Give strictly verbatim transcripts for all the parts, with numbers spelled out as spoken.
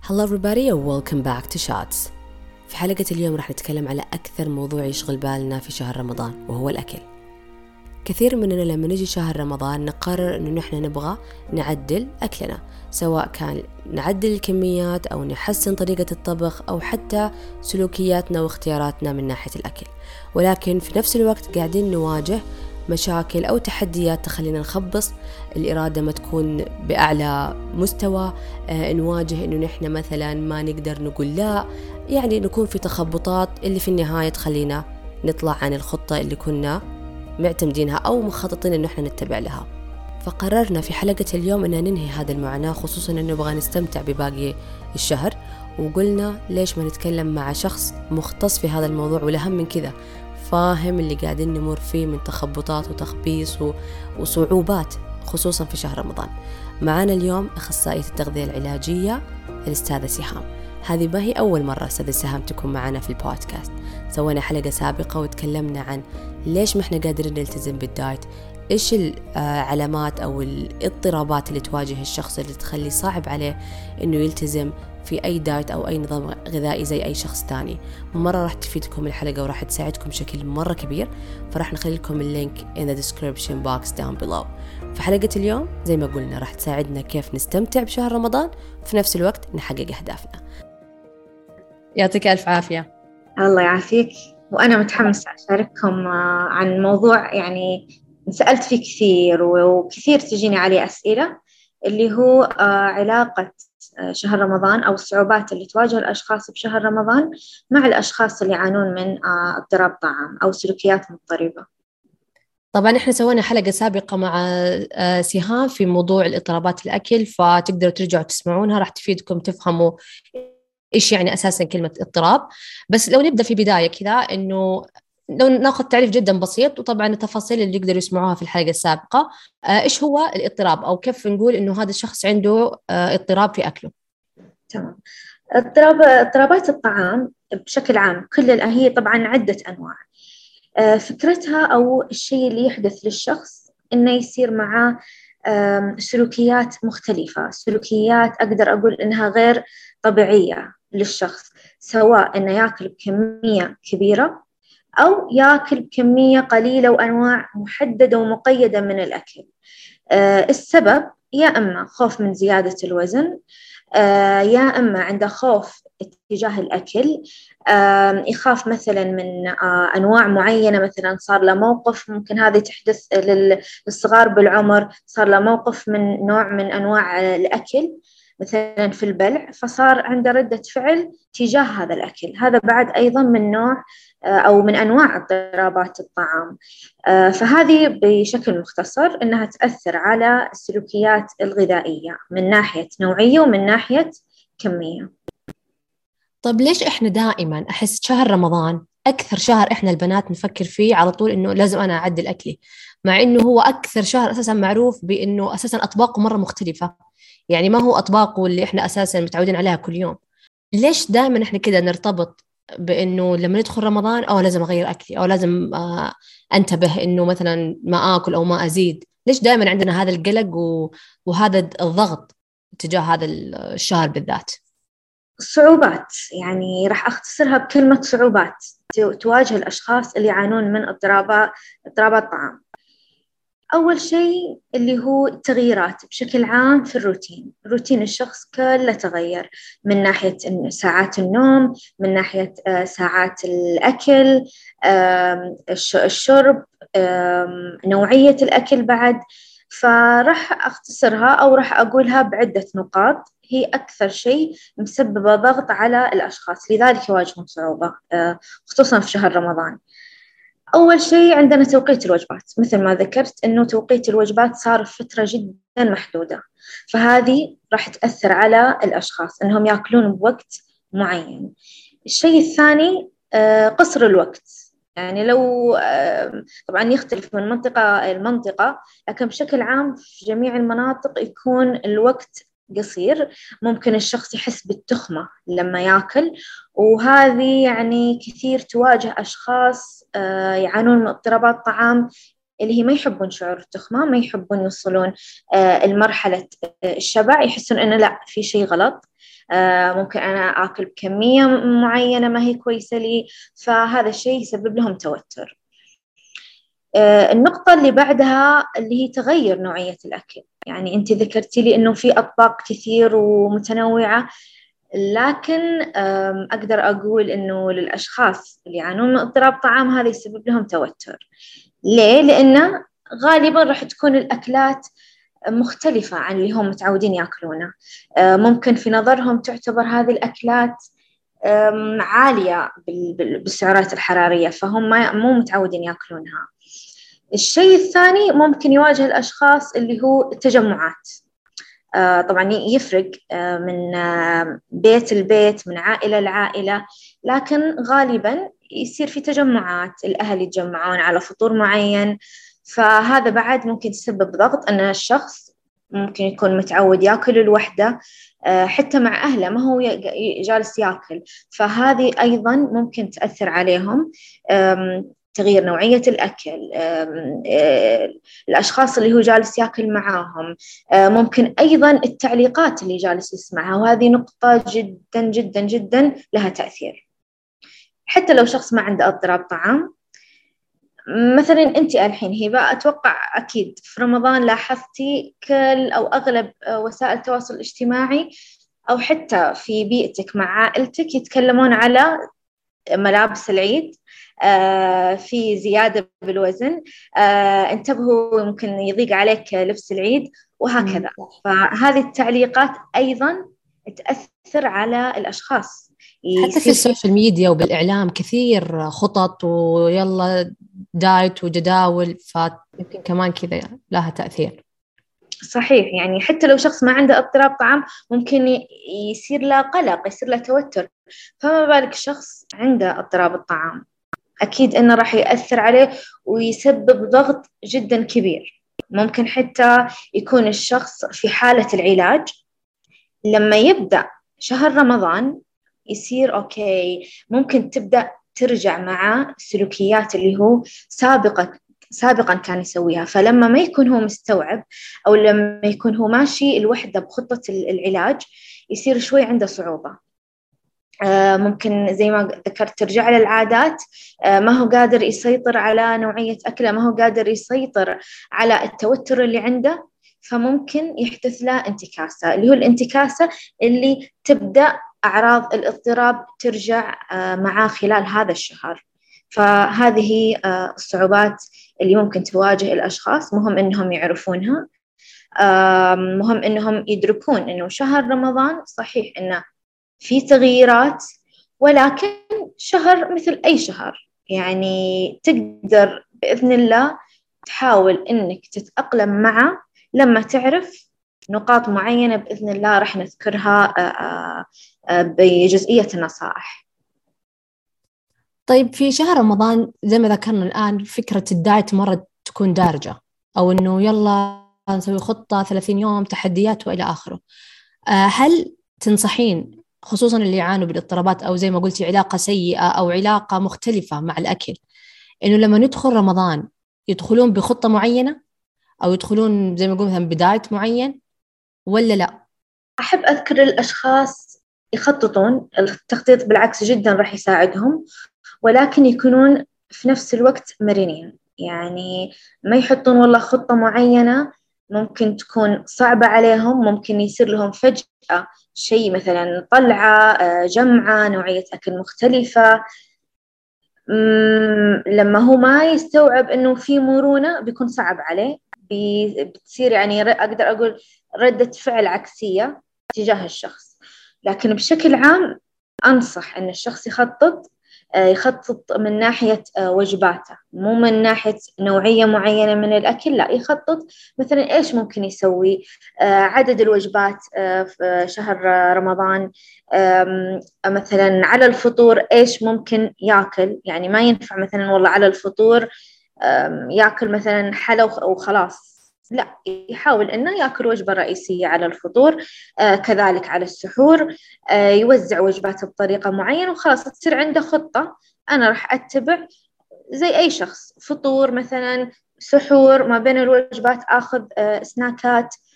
Hello everybody and welcome back to Shots. في حلقة اليوم راح نتكلم على أكثر موضوع يشغل بالنا في شهر رمضان وهو الأكل. كثير مننا لما نجي شهر رمضان نقرر إنه نحن نبغى نعدل أكلنا، سواء كان نعدل الكميات أو نحسن طريقة الطبخ أو حتى سلوكياتنا واختياراتنا من ناحية الأكل، ولكن في نفس الوقت قاعدين نواجه مشاكل أو تحديات تخلينا نخبص الإرادة ما تكون بأعلى مستوى. آه نواجه إنه نحن مثلا ما نقدر نقول لا، يعني نكون في تخبطات اللي في النهاية تخلينا نطلع عن الخطة اللي كنا معتمدينها أو مخططين إنه إحنا نتبع لها. فقررنا في حلقة اليوم إن ننهي هذا المعاناة، خصوصا إنه نبغى نستمتع بباقي الشهر، وقلنا ليش ما نتكلم مع شخص مختص في هذا الموضوع، والأهم من كذا فاهم اللي قاعدين نمر فيه من تخبطات وتخبيص وصعوبات خصوصا في شهر رمضان. معانا اليوم أخصائية التغذية العلاجية الأستاذة سهام. هذه ما هي أول مرة أستاذة سهام تكون معنا في البودكاست، سوينا حلقة سابقة وتكلمنا عن ليش ما احنا قادرين نلتزم بالدايت، إيش العلامات أو الاضطرابات اللي تواجه الشخص اللي تخلي صعب عليه إنه يلتزم في أي دايت أو أي نظام غذائي زي أي شخص تاني. مرة راح تفيدكم الحلقة وراح تساعدكم بشكل مرة كبير، فراح نخلي لكم اللينك in the description box down below. في حلقة اليوم زي ما قلنا راح تساعدنا كيف نستمتع بشهر رمضان وفي نفس الوقت نحقق أهدافنا. يعطيك ألف عافية. الله يعافيك، وأنا متحمسة أشارككم عن موضوع يعني سألت فيه كثير وكثير تجيني عليه أسئلة، اللي هو علاقة شهر رمضان أو الصعوبات اللي تواجه الأشخاص بشهر رمضان مع الأشخاص اللي يعانون من اضطراب طعام أو سلوكيات مضطربة. طبعا احنا سوينا حلقة سابقة مع سهام في موضوع الاضطرابات الأكل، فتقدروا ترجعوا تسمعونها، راح تفيدكم تفهموا إيش يعني أساساً كلمة اضطراب. بس لو نبدأ في بداية كذا، إنه لو ناخذ تعريف جداً بسيط، وطبعاً التفاصيل اللي يقدروا يسمعوها في الحلقة السابقة. آه إيش هو الاضطراب، أو كيف نقول إنه هذا الشخص عنده آه اضطراب في أكله؟ تمام. اضطراب اضطرابات الطعام بشكل عام كل هي طبعاً عدة أنواع. آه فكرتها أو الشيء اللي يحدث للشخص إنه يصير معه سلوكيات مختلفة، سلوكيات أقدر أقول إنها غير طبيعية للشخص، سواء إنه يأكل بكمية كبيرة أو يأكل بكمية قليلة وأنواع محددة ومقيدة من الأكل. آه السبب يا إما خوف من زيادة الوزن، آه يا إما عنده خوف اتجاه الأكل، آه يخاف مثلا من آه أنواع معينة، مثلا صار له موقف، ممكن هذه تحدث للصغار بالعمر، صار له موقف من نوع من أنواع الأكل مثلا في البلع، فصار عنده ردة فعل تجاه هذا الأكل. هذا بعد أيضا من نوع أو من أنواع اضطرابات الطعام. فهذه بشكل مختصر أنها تأثر على السلوكيات الغذائية من ناحية نوعية ومن ناحية كمية. طب ليش إحنا دائما أحس شهر رمضان أكثر شهر إحنا البنات نفكر فيه على طول إنه لازم أنا أعدل أكلي، مع إنه هو أكثر شهر أساسا معروف بإنه أساسا أطباقه مرة مختلفة، يعني ما هو أطباقه اللي إحنا أساسا متعودين عليها كل يوم. ليش دائما إحنا كده نرتبط بإنه لما ندخل رمضان أو لازم أغير أكلي أو لازم آه أنتبه إنه مثلا ما آكل أو ما أزيد؟ ليش دائما عندنا هذا القلق وهذا الضغط تجاه هذا الشهر بالذات؟ صعوبات، يعني راح أختصرها بكلمة صعوبات تواجه الأشخاص اللي يعانون من اضطرابات اضطرابات طعام. أول شيء اللي هو التغييرات بشكل عام في الروتين. روتين الشخص كله تغير، من ناحية ساعات النوم، من ناحية ساعات الأكل، الشرب، نوعية الأكل بعد. فراح أختصرها أو راح أقولها بعدة نقاط هي أكثر شيء مسببة ضغط على الأشخاص، لذلك يواجهون صعوبة خصوصاً في شهر رمضان. أول شيء عندنا توقيت الوجبات، مثل ما ذكرت إنه توقيت الوجبات صار في فترة جدا محدودة، فهذه راح تأثر على الأشخاص إنهم يأكلون بوقت معين. الشيء الثاني قصر الوقت، يعني لو طبعا يختلف من منطقة المنطقة، لكن بشكل عام في جميع المناطق يكون الوقت قصير، ممكن الشخص يحس بالتخمة لما يأكل، وهذه يعني كثير تواجه أشخاص يعانون من اضطرابات طعام اللي هي ما يحبون شعور التخمة، ما يحبون يوصلون المرحلة الشبع، يحسون إنه لا في شيء غلط. ممكن أنا آكل بكمية معينة ما هي كويسة لي، فهذا الشيء يسبب لهم توتر. النقطة اللي بعدها اللي هي تغير نوعية الأكل. يعني أنت ذكرتي لي إنه في أطباق كثير ومتنوعة، لكن أقدر أقول إنه للأشخاص اللي يعانون من اضطراب طعام هذا يسبب لهم توتر. ليه؟ لأنه غالباً راح تكون الأكلات مختلفة عن اللي هم متعودين يأكلونه. ممكن في نظرهم تعتبر هذه الأكلات عالية بالسعرات الحرارية، فهم مو متعودين يأكلونها. الشيء الثاني ممكن يواجه الأشخاص اللي هو التجمعات. آه طبعاً يفرق آه من آه بيت البيت، من عائلة لعائلة، لكن غالباً يصير في تجمعات، الأهل يتجمعون على فطور معين، فهذا بعد ممكن يسبب ضغط أن الشخص ممكن يكون متعود يأكل الوحدة آه حتى مع أهله ما هو جالس يأكل، فهذه أيضاً ممكن تأثر عليهم. تغيير نوعية الأكل، الأشخاص اللي هو جالس يأكل معاهم، ممكن أيضاً التعليقات اللي جالس يسمعها، وهذه نقطة جداً جداً جداً لها تأثير. حتى لو شخص ما عنده اضطراب طعام، مثلاً أنت الحين هبة أتوقع أكيد في رمضان لاحظتي كل أو أغلب وسائل التواصل الاجتماعي أو حتى في بيئتك مع عائلتك يتكلمون على ملابس العيد، آه في زيادة بالوزن، آه انتبهوا ممكن يضيق عليك لبس العيد وهكذا. فهذه التعليقات أيضا تأثر على الأشخاص. حتى في السوشيال ميديا وبالإعلام كثير خطط ويلا دايت وجداول، فيمكن كمان كذا لها تأثير. صحيح، يعني حتى لو شخص ما عنده اضطراب طعام ممكن يصير له قلق، يصير له توتر، فما بالك شخص عنده اضطراب الطعام، أكيد إنه راح يأثر عليه ويسبب ضغط جدا كبير. ممكن حتى يكون الشخص في حالة العلاج، لما يبدأ شهر رمضان يصير أوكي، ممكن تبدأ ترجع مع سلوكيات اللي هو سابقا سابقا كان يسويها، فلما ما يكون هو مستوعب أو لما يكون هو ماشي الوحدة بخطة العلاج يصير شوي عنده صعوبة. ممكن زي ما ذكرت ترجع للعادات، ما هو قادر يسيطر على نوعية أكله، ما هو قادر يسيطر على التوتر اللي عنده، فممكن يحدث له انتكاسة، اللي هو الانتكاسة اللي تبدأ أعراض الاضطراب ترجع معاه خلال هذا الشهر. فهذه الصعوبات اللي ممكن تواجه الأشخاص، مهم إنهم يعرفونها، مهم إنهم يدركون إنه شهر رمضان صحيح إنه في تغييرات، ولكن شهر مثل أي شهر، يعني تقدر بإذن الله تحاول إنك تتأقلم معه لما تعرف نقاط معينة بإذن الله رح نذكرها بجزئية النصائح. طيب في شهر رمضان زي ما ذكرنا الآن فكرة الدايت مرة تكون دارجة، أو إنه يلا نسوي خطة ثلاثين يوم تحديات وإلى آخره. هل تنصحين خصوصاً اللي يعانوا بالاضطرابات أو زي ما قلتي علاقة سيئة أو علاقة مختلفة مع الأكل، إنه لما ندخل رمضان يدخلون بخطة معينة أو يدخلون زي ما قلت مثلاً بدايت معين ولا لا؟ أحب أذكر الأشخاص يخططون، التخطيط بالعكس جداً راح يساعدهم، ولكن يكونون في نفس الوقت مرنين، يعني ما يحطون والله خطة معينة ممكن تكون صعبة عليهم، ممكن يصير لهم فجأة شيء مثلا طلعة، جمعة، نوعية أكل مختلفة، لما هو ما يستوعب إنه في مرونة بيكون صعب عليه، بتصير يعني أقدر أقول ردة فعل عكسية تجاه الشخص. لكن بشكل عام أنصح إن الشخص يخطط يخطط من ناحية وجباته، مو من ناحية نوعية معينة من الأكل، لا يخطط مثلا إيش ممكن يسوي، عدد الوجبات في شهر رمضان، مثلا على الفطور إيش ممكن يأكل، يعني ما ينفع مثلا والله على الفطور يأكل مثلا حلا وخلاص، لا يحاول إنه يأكل وجبة رئيسية على الفطور، آه كذلك على السحور، آه يوزع وجباته بطريقة معينة وخلاص تصير عنده خطة. أنا راح أتبع زي أي شخص، فطور مثلا، سحور، ما بين الوجبات آخذ آه سناكات،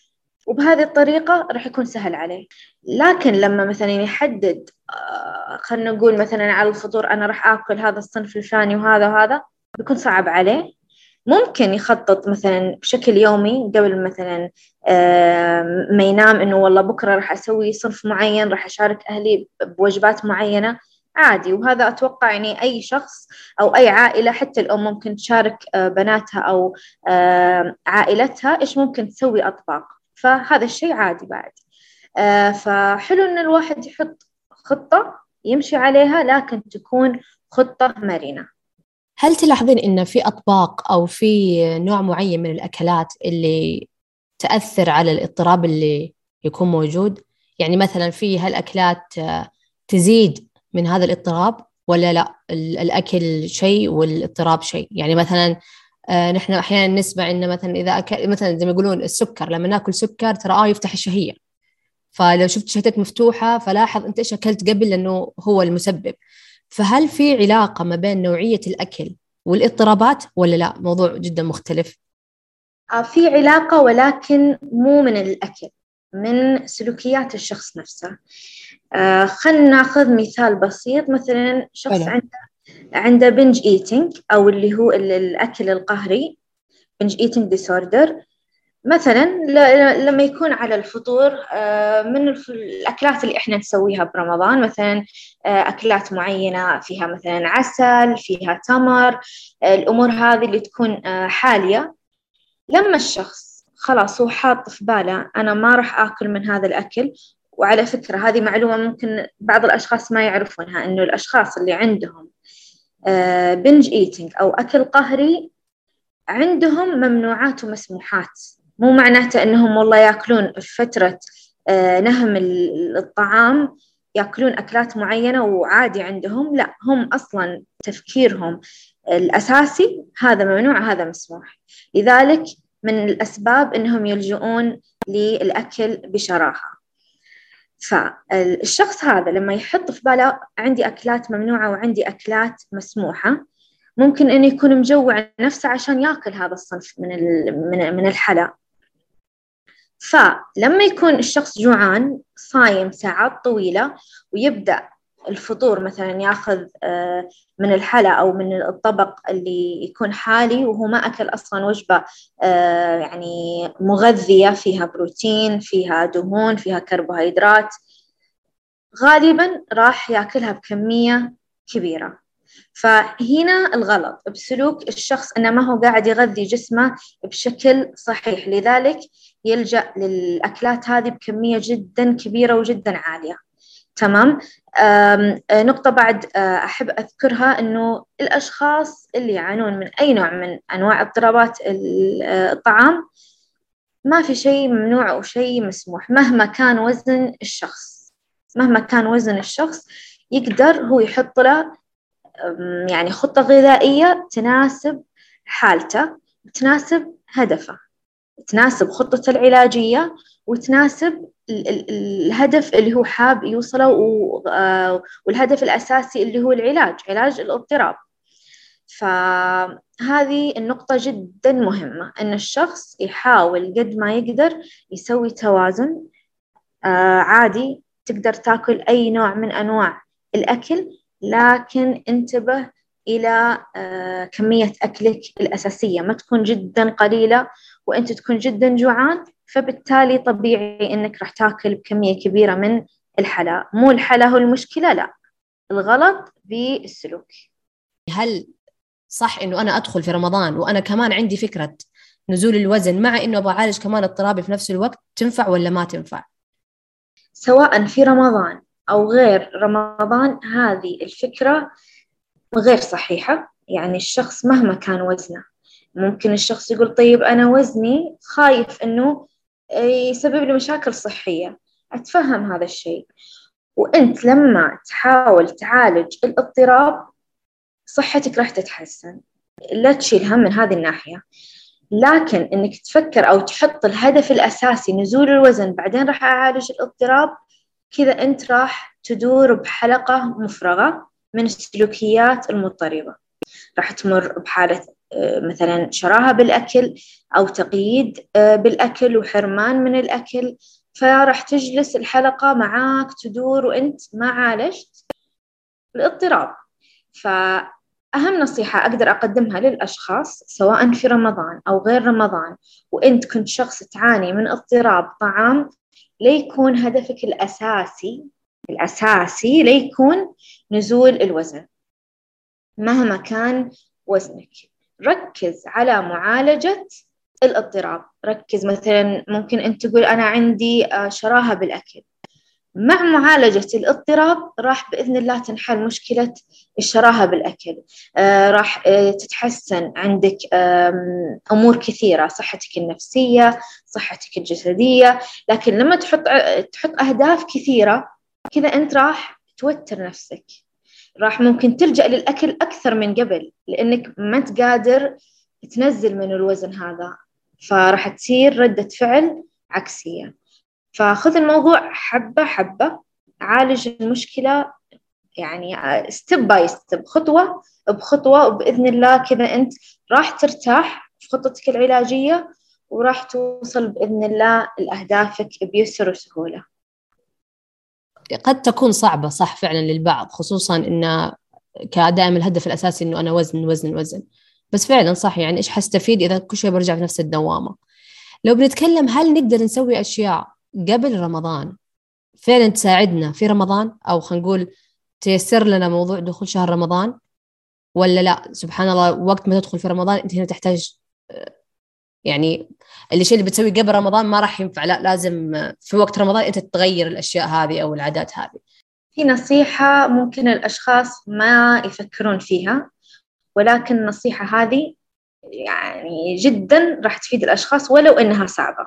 وبهذه الطريقة راح يكون سهل عليه. لكن لما مثلا يحدد آه، خلنا نقول مثلا على الفطور أنا راح آكل هذا الصنف الفلاني وهذا وهذا، بيكون صعب عليه. ممكن يخطط مثلا بشكل يومي قبل مثلا آه، ما ينام إنه والله بكرة راح أسوي صنف معين، راح أشارك أهلي بوجبات معينة، عادي. وهذا أتوقع يعني أي شخص أو أي عائلة، حتى الأم ممكن تشارك آه، بناتها أو آه، عائلتها إيش ممكن تسوي أطباق، فهذا الشيء عادي بعد. آه، فحلو إن الواحد يحط خطة يمشي عليها، لكن تكون خطة مرنة. هل تلاحظين إن في أطباق أو في نوع معين من الأكلات اللي تأثر على الاضطراب اللي يكون موجود؟ يعني مثلا في هالأكلات آه، تزيد من هذا الاضطراب، ولا لا ال- الأكل شيء والاضطراب شيء؟ يعني مثلا آه، نحن أحيانا نسمع إن مثلا إذا أكل مثلا زي ما يقولون السكر، لما ناكل سكر ترى آه يفتح الشهية، فلو شفت شهيتك مفتوحة فلاحظ أنت إيش أكلت قبل لأنه هو المسبب. فهل في علاقة ما بين نوعية الأكل والاضطرابات، ولا لا موضوع جدا مختلف؟ آه، في علاقة، ولكن مو من الأكل، من سلوكيات الشخص نفسه. آه خلنا ناخذ مثال بسيط. مثلا شخص حلو. عنده عنده بنج ايتينج، أو اللي هو ال- الأكل القهري، بنج ايتينج ديسوردر. مثلا ل- لما يكون على الفطور آه من الف- الأكلات اللي إحنا نسويها برمضان، مثلا آه أكلات معينة فيها مثلا عسل، فيها تمر، آه الأمور هذه اللي تكون آه حالية. لما الشخص خلاص هو حاط في باله أنا ما راح آكل من هذا الأكل. وعلى فكرة هذه معلومة ممكن بعض الأشخاص ما يعرفونها، إنه الأشخاص اللي عندهم بنج إيتينج أو أكل قهري عندهم ممنوعات ومسموحات. مو معناته إنهم والله يأكلون في فترة آه، نهم الطعام يأكلون أكلات معينة وعادي عندهم، لا، هم أصلا تفكيرهم الأساسي هذا ممنوع هذا مسموح. لذلك من الأسباب إنهم يلجؤون للأكل بشراهة. فالشخص هذا لما يحط في باله عندي أكلات ممنوعة وعندي أكلات مسموحة، ممكن إنه يكون مجوع نفسه عشان يأكل هذا الصنف من من من الحلا. فلما يكون الشخص جوعان صايم ساعات طويلة، ويبدأ الفطور مثلا ياخذ من الحلا أو من الطبق اللي يكون حالي، وهو ما أكل أصلا وجبة يعني مغذية فيها بروتين، فيها دهون، فيها كربوهيدرات، غالبا راح ياكلها بكمية كبيرة. فهنا الغلط بسلوك الشخص، أنه ما هو قاعد يغذي جسمه بشكل صحيح، لذلك يلجأ للأكلات هذه بكمية جدا كبيرة وجدا عالية. تمام. نقطة بعد أحب أذكرها، أنه الأشخاص اللي يعانون من أي نوع من أنواع اضطرابات الطعام، ما في شيء ممنوع أو شيء مسموح. مهما كان وزن الشخص مهما كان وزن الشخص يقدر هو يحط له يعني خطة غذائية تناسب حالته، تناسب هدفه، تناسب خطته العلاجية، وتناسب ال- ال- الهدف اللي هو حاب يوصله، والهدف الأساسي اللي هو العلاج، علاج الاضطراب. فهذه النقطة جدا مهمة، أن الشخص يحاول قد ما يقدر يسوي توازن. آه عادي تقدر تاكل أي نوع من أنواع الأكل، لكن انتبه إلى آه كمية أكلك الأساسية، ما تكون جدا قليلة وأنت تكون جدا جوعان، فبالتالي طبيعي أنك راح تاكل بكمية كبيرة من الحلا. مو الحلا هو المشكلة، لا، الغلط بالسلوك. هل صح إنه أنا أدخل في رمضان وأنا كمان عندي فكرة نزول الوزن، مع إنه أبغى أعالج كمان اضطرابي في نفس الوقت، تنفع ولا ما تنفع؟ سواء في رمضان أو غير رمضان، هذه الفكرة غير صحيحة. يعني الشخص مهما كان وزنه، ممكن الشخص يقول طيب أنا وزني خايف أنه يسبب لي مشاكل صحية. أتفهم هذا الشيء، وأنت لما تحاول تعالج الاضطراب صحتك راح تتحسن، لا تشيل هم من هذه الناحية. لكن إنك تفكر أو تحط الهدف الأساسي نزول الوزن بعدين راح أعالج الاضطراب، كذا أنت راح تدور بحلقة مفرغة من السلوكيات المضطربة. راح تمر بحالة مثلا شراهة بالأكل أو تقييد بالأكل وحرمان من الأكل، فراح تجلس الحلقة معاك تدور وأنت ما عالجت الاضطراب. فأهم نصيحة أقدر أقدمها للأشخاص سواء في رمضان أو غير رمضان وأنت كنت شخص تعاني من اضطراب طعام، ليكون هدفك الأساسي الأساسي ليكون نزول الوزن مهما كان وزنك. ركز على معالجة الاضطراب. ركز مثلا ممكن أنت تقول أنا عندي شراهة بالأكل، مع معالجة الاضطراب راح بإذن الله تنحل مشكلة الشراهة بالأكل. آه راح آه تتحسن عندك آه أمور كثيرة، صحتك النفسية، صحتك الجسدية. لكن لما تحط تحط أهداف كثيرة كذا أنت راح توتر نفسك، راح ممكن تلجأ للأكل أكثر من قبل لأنك ما تقادر تنزل من الوزن هذا، فراح تصير ردة فعل عكسية. فخذ الموضوع حبة حبة، عالج المشكلة يعني ستيب باي ستيب، خطوة بخطوة، وبإذن الله كذا أنت راح ترتاح في خطتك العلاجية وراح توصل بإذن الله لأهدافك بيسر وسهولة. قد تكون صعبة صح فعلا للبعض، خصوصا إن كدائما الهدف الأساسي إنه أنا وزن وزن وزن، بس فعلا صح يعني إيش حستفيد إذا كل شوي برجع في نفس الدوامة. لو بنتكلم هل نقدر نسوي أشياء قبل رمضان فعلا تساعدنا في رمضان، أو خلينا نقول تيسر لنا موضوع دخول شهر رمضان، ولا لا سبحان الله وقت ما تدخل في رمضان أنت هنا تحتاج يعني الشيء اللي بتسوي قبل رمضان ما راح ينفع، لا لازم في وقت رمضان أنت تغير الأشياء هذه أو العادات هذه؟ في نصيحة ممكن الأشخاص ما يفكرون فيها، ولكن النصيحة هذه يعني جدا راح تفيد الأشخاص ولو إنها صعبة،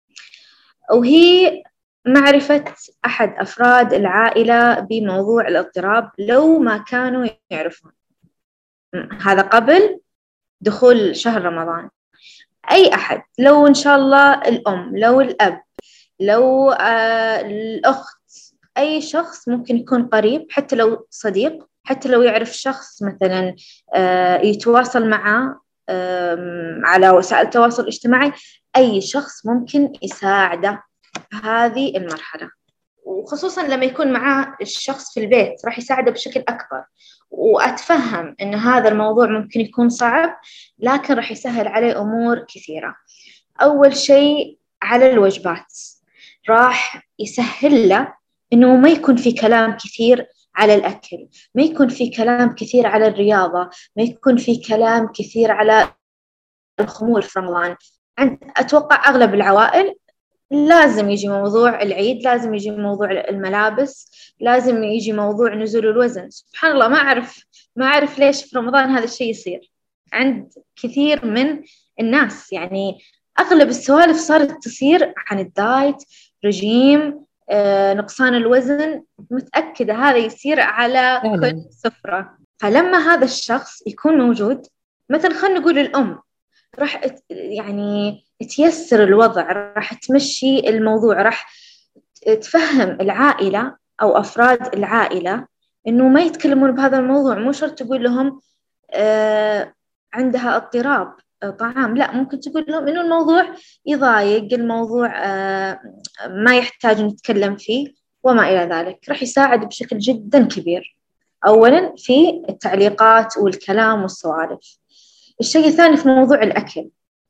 وهي معرفة أحد أفراد العائلة بموضوع الاضطراب لو ما كانوا يعرفون. هذا قبل دخول شهر رمضان. أي أحد، لو إن شاء الله الأم، لو الأب، لو آه الأخت، أي شخص ممكن يكون قريب، حتى لو صديق، حتى لو يعرف شخص مثلا آه يتواصل معه آه على وسائل التواصل الاجتماعي، أي شخص ممكن يساعده بهذه المرحلة، وخصوصا لما يكون معاه الشخص في البيت راح يساعده بشكل أكبر. وأتفهم أن هذا الموضوع ممكن يكون صعب، لكن راح يسهل عليه أمور كثيرة. أول شيء على الوجبات، راح يسهل له إنه ما يكون في كلام كثير على الأكل، ما يكون في كلام كثير على الرياضة، ما يكون في كلام كثير على الخمول في رمضان. أتوقع أغلب العوائل لازم يجي موضوع العيد، لازم يجي موضوع الملابس، لازم يجي موضوع نزول الوزن. سبحان الله ما أعرف ما أعرف ليش في رمضان هذا الشيء يصير عند كثير من الناس. يعني أغلب السوالف صارت تصير عن الدايت، رجيم، آه، نقصان الوزن، متأكدة هذا يصير على فعلا. كل سفرة. فلما هذا الشخص يكون موجود، مثلا خلينا نقول الأم، راح يعني تيسر الوضع، راح تمشي الموضوع، راح تفهم العائلة أو أفراد العائلة إنه ما يتكلمون بهذا الموضوع. مو شرط تقول لهم آه عندها اضطراب طعام، لا، ممكن تقول لهم إنه الموضوع يضايق، الموضوع آه ما يحتاج نتكلم فيه وما إلى ذلك. راح يساعد بشكل جدا كبير أولا في التعليقات والكلام والسوالف. الشيء الثاني في موضوع الأكل،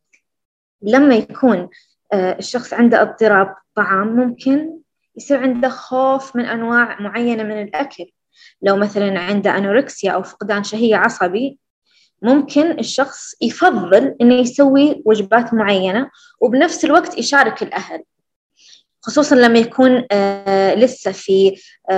لما يكون الشخص عنده اضطراب طعام ممكن يصير عنده خوف من أنواع معينة من الأكل. لو مثلا عنده أنوركسيا أو فقدان شهية عصبي، ممكن الشخص يفضل إنه يسوي وجبات معينة وبنفس الوقت يشارك الأهل، خصوصا لما يكون لسه في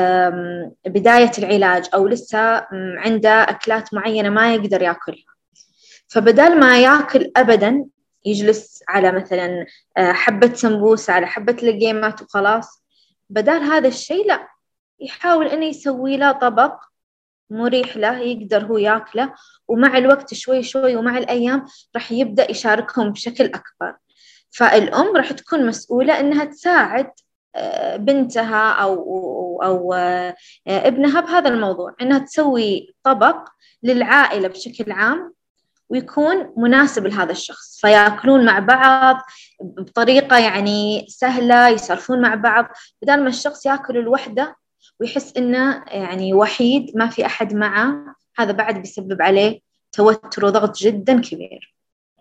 بداية العلاج أو لسه عنده أكلات معينة ما يقدر يأكلها. فبدال ما يأكل أبداً يجلس على مثلاً حبة سمبوسة على حبة لقيمات وخلاص، بدال هذا الشيء لا، يحاول إنه يسوي له طبق مريح له يقدر هو يأكله، ومع الوقت شوي شوي ومع الأيام راح يبدأ يشاركهم بشكل أكبر. فالأم راح تكون مسؤولة إنها تساعد بنتها أو أو ابنها بهذا الموضوع، إنها تسوي طبق للعائلة بشكل عام، ويكون مناسب لهذا الشخص، فيأكلون مع بعض بطريقة يعني سهلة، يسولفون مع بعض، بدل ما الشخص يأكل لوحده ويحس إنه يعني وحيد ما في أحد معه. هذا بعد بيسبب عليه توتر وضغط جدا كبير.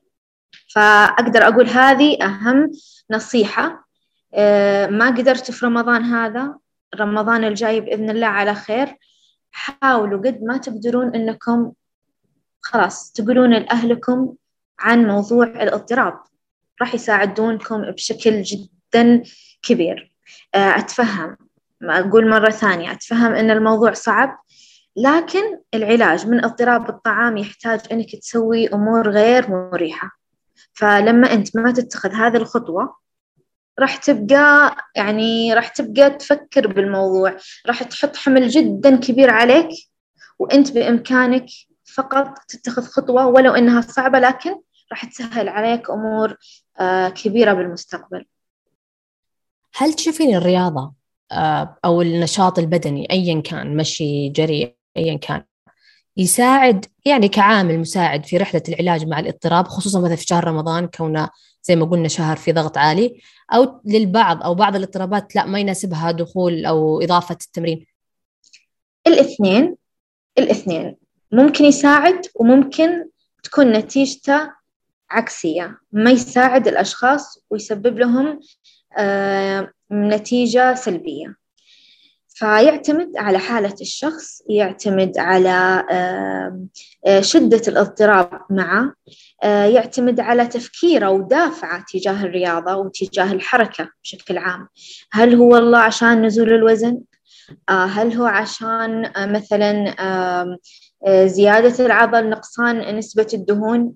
فأقدر أقول هذه أهم نصيحة. ما قدرت في رمضان هذا، رمضان الجاي بإذن الله على خير، حاولوا قد ما تقدرون إنكم خلاص تقولون لأهلكم عن موضوع الاضطراب، راح يساعدونكم بشكل جدا كبير. أتفهم، ما أقول مرة ثانية، أتفهم إن الموضوع صعب، لكن العلاج من اضطراب الطعام يحتاج إنك تسوي أمور غير مريحة. فلما أنت ما تتخذ هذه الخطوة راح تبقى يعني راح تبقى تفكر بالموضوع، راح تحط حمل جدا كبير عليك، وأنت بإمكانك فقط تتخذ خطوة ولو إنها صعبة، لكن راح تسهل عليك أمور كبيرة بالمستقبل. هل تشوفين الرياضة أو النشاط البدني أيا كان، مشي، جري، أيا كان، يساعد يعني كعامل مساعد في رحلة العلاج مع الاضطراب، خصوصا مثلا في شهر رمضان كونه زي ما قلنا شهر في ضغط عالي، أو للبعض أو بعض الاضطرابات لا ما يناسبها دخول أو إضافة التمرين؟ الاثنين الاثنين ممكن يساعد، وممكن تكون نتيجته عكسية، ما يساعد الأشخاص ويسبب لهم آه نتيجة سلبية. فيعتمد على حالة الشخص، يعتمد على شدة الاضطراب معه، يعتمد على تفكيره ودافعه تجاه الرياضة وتجاه الحركة بشكل عام. هل هو والله عشان نزول الوزن؟ هل هو عشان مثلا زيادة العضل، نقصان نسبة الدهون؟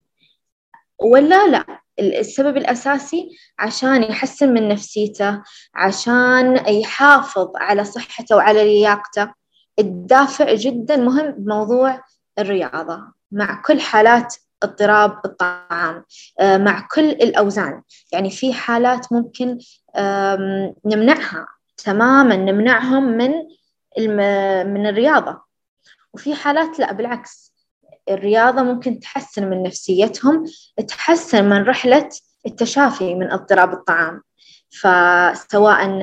ولا لا، السبب الأساسي عشان يحسن من نفسيته، عشان يحافظ على صحته وعلى لياقته. الدافع جدا مهم بموضوع الرياضة مع كل حالات اضطراب الطعام، مع كل الأوزان. يعني في حالات ممكن نمنعها تماما، نمنعهم من من الرياضة، وفي حالات لا، بالعكس، الرياضة ممكن تحسن من نفسيتهم، تحسن من رحلة التشافي من اضطراب الطعام. فسواء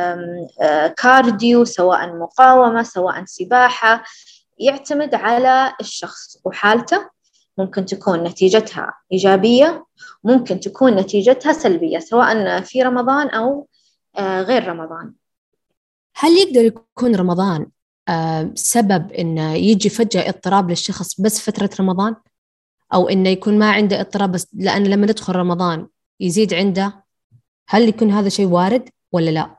كارديو، سواء مقاومة، سواء سباحة، يعتمد على الشخص وحالته. ممكن تكون نتيجتها إيجابية، ممكن تكون نتيجتها سلبية، سواء في رمضان أو غير رمضان. هل يقدر يكون رمضان آه سبب إنه يجي فجأة اضطراب للشخص بس فترة رمضان، أو إنه يكون ما عنده اضطراب بس لأن لما ندخل رمضان يزيد عنده؟ هل يكون هذا شيء وارد ولا لا؟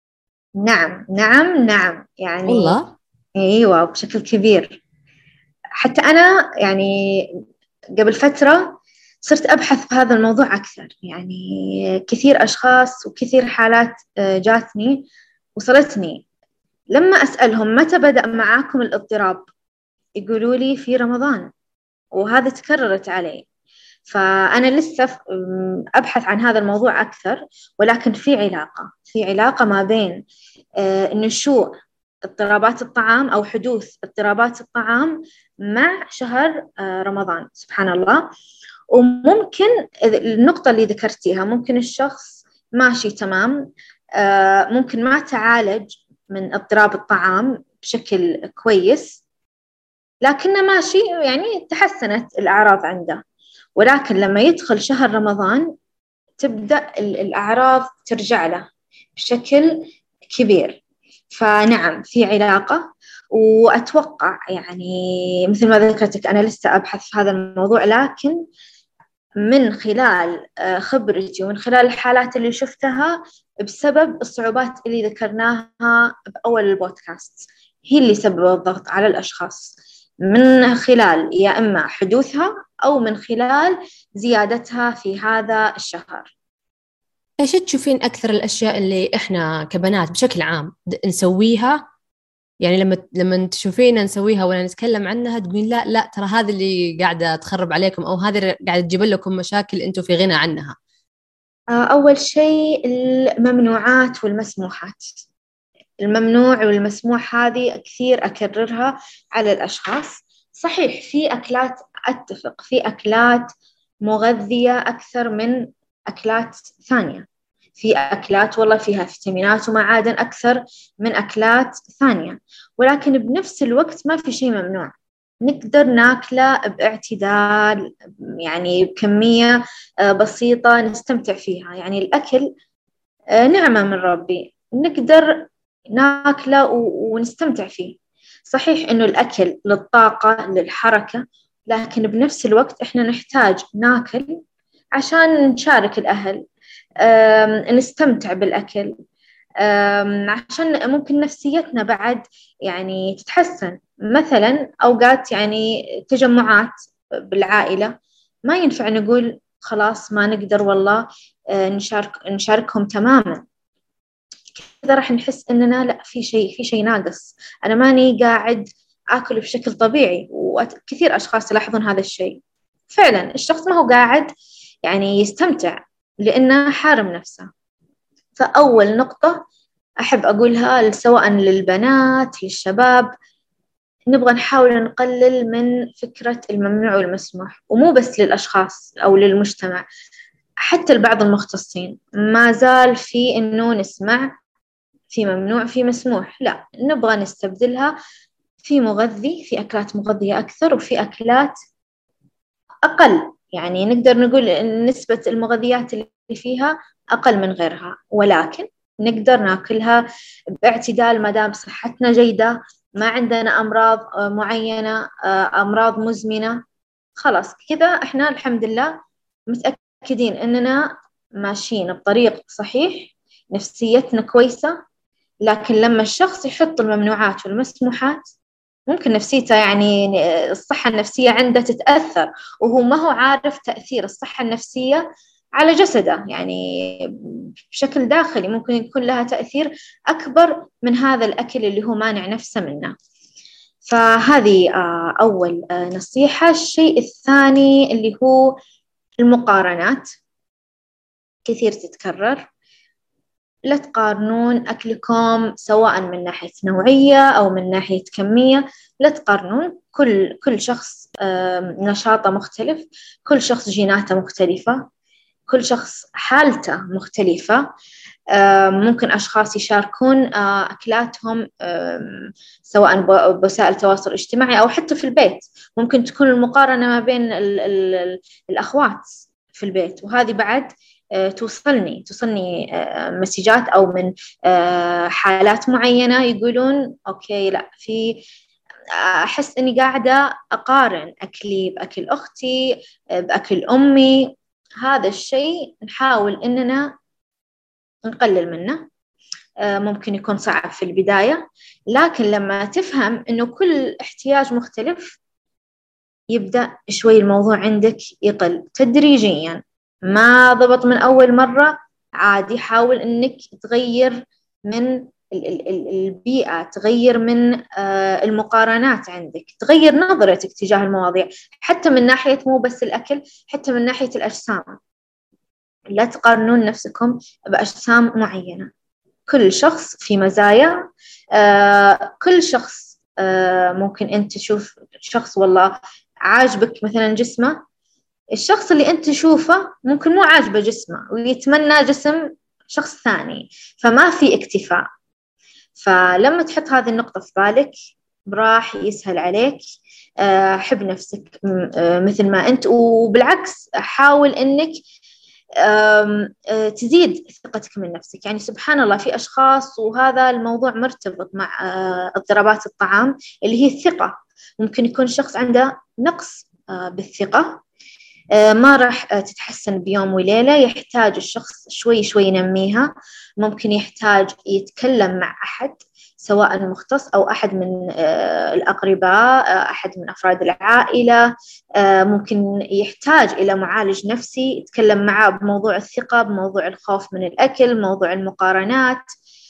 نعم نعم نعم، يعني والله أيوة بشكل كبير. حتى أنا يعني قبل فترة صرت أبحث في هذا الموضوع أكثر، يعني كثير أشخاص وكثير حالات جاتني وصلتني، لما أسألهم متى بدأ معاكم الاضطراب يقولوا لي في رمضان، وهذا تكررت علي. فأنا لسه أبحث عن هذا الموضوع أكثر، ولكن في علاقة في علاقة ما بين نشوء اضطرابات الطعام أو حدوث اضطرابات الطعام مع شهر رمضان، سبحان الله. وممكن النقطة اللي ذكرتيها، ممكن الشخص ماشي تمام، ممكن ما تعالج من اضطراب الطعام بشكل كويس، لكنه ماشي يعني تحسنت الأعراض عنده، ولكن لما يدخل شهر رمضان تبدأ الأعراض ترجع له بشكل كبير. فنعم في علاقة، وأتوقع يعني مثل ما ذكرتك أنا لسه أبحث في هذا الموضوع، لكن من خلال خبرتي ومن خلال الحالات اللي شفتها بسبب الصعوبات اللي ذكرناها بأول البودكاست، هي اللي سببت الضغط على الأشخاص، من خلال يا إما حدوثها أو من خلال زيادتها في هذا الشهر. إيش تشوفين أكثر الأشياء اللي إحنا كبنات بشكل عام نسويها، يعني لما لما تشوفينا نسويها ولا نتكلم عنها تقولين لا لا ترى هذه اللي قاعدة تخرب عليكم، أو هذه اللي قاعدة تجيب لكم مشاكل أنتوا في غنى عنها؟ أول شيء الممنوعات والمسموحات. الممنوع والمسموح هذه كثير أكررها على الأشخاص. صحيح في أكلات أتفق في أكلات مغذية أكثر من أكلات ثانية، في أكلات والله فيها فيتامينات ومعادن أكثر من أكلات ثانية، ولكن بنفس الوقت ما في شيء ممنوع، نقدر ناكله باعتدال، يعني بكمية بسيطة نستمتع فيها. يعني الأكل نعمة من ربي، نقدر ناكله ونستمتع فيه. صحيح إنه الأكل للطاقة للحركة، لكن بنفس الوقت إحنا نحتاج ناكل عشان نشارك الأهل، نستمتع بالأكل، عشان ممكن نفسيتنا بعد يعني تتحسن. مثلا أوقات يعني تجمعات بالعائلة ما ينفع نقول خلاص ما نقدر والله نشارك نشاركهم تماما، كذا راح نحس إننا لا، في شيء في شيء ناقص، أنا ماني قاعد آكل بشكل طبيعي. وكثير أشخاص يلاحظون هذا الشيء، فعلا الشخص ما هو قاعد يعني يستمتع لأنه حارم نفسه. فأول نقطة أحب أقولها سواء للبنات للشباب، نبغى نحاول نقلل من فكرة الممنوع والمسموح، ومو بس للأشخاص أو للمجتمع، حتى لبعض المختصين ما زال في إنه نسمع في ممنوع في مسموح. لا، نبغى نستبدلها في مغذي، في أكلات مغذية أكثر وفي أكلات أقل، يعني نقدر نقول إن نسبة المغذيات اللي فيها أقل من غيرها، ولكن نقدر ناكلها باعتدال ما دام صحتنا جيدة، ما عندنا أمراض معينة، أمراض مزمنة. خلاص كذا إحنا الحمد لله متأكدين إننا ماشيين بطريق صحيح، نفسيتنا كويسة. لكن لما الشخص يحط الممنوعات والمسموحات ممكن نفسيته يعني الصحة النفسية عنده تتأثر، وهو ما هو عارف تأثير الصحة النفسية على جسده، يعني بشكل داخلي ممكن يكون لها تأثير أكبر من هذا الأكل اللي هو مانع نفسه منه. فهذه أول نصيحة. الشيء الثاني اللي هو المقارنات، كثير تتكرر. لا تقارنون أكلكم سواء من ناحية نوعية أو من ناحية كمية، لا تقارنون. كل كل شخص نشاطه مختلف، كل شخص جيناته مختلفة، كل شخص حالته مختلفة. ممكن أشخاص يشاركون أكلاتهم سواء بوسائل التواصل الاجتماعي أو حتى في البيت، ممكن تكون المقارنة ما بين ال ال ال الأخوات في البيت، وهذه بعد توصلني توصلني مسجات أو من حالات معينة يقولون أوكي لا، في أحس أني قاعدة أقارن أكلي بأكل أختي بأكل أمي. هذا الشيء نحاول أننا نقلل منه. ممكن يكون صعب في البداية، لكن لما تفهم أنه كل احتياج مختلف يبدأ شوي الموضوع عندك يقل تدريجيا. ما ضبط من أول مرة عادي، حاول أنك تغير من البيئة، تغير من المقارنات عندك، تغير نظرتك تجاه المواضيع، حتى من ناحية مو بس الأكل، حتى من ناحية الأجسام. لا تقارنون نفسكم بأجسام معينة، كل شخص في مزايا. كل شخص ممكن أنت تشوف شخص والله عاجبك مثلا جسمه، الشخص اللي أنت تشوفه ممكن مو عاجبه جسمه ويتمنى جسم شخص ثاني، فما في اكتفاء. فلما تحط هذه النقطة في بالك راح يسهل عليك. حب نفسك مثل ما أنت، وبالعكس حاول أنك تزيد ثقتك من نفسك. يعني سبحان الله في أشخاص، وهذا الموضوع مرتبط مع اضطرابات الطعام اللي هي الثقة، ممكن يكون شخص عنده نقص بالثقة، ما راح تتحسن بيوم وليلة، يحتاج الشخص شوي شوي ينميها. ممكن يحتاج يتكلم مع أحد سواء مختص أو أحد من الأقرباء، أحد من أفراد العائلة، ممكن يحتاج إلى معالج نفسي يتكلم معه بموضوع الثقة، بموضوع الخوف من الأكل، موضوع المقارنات.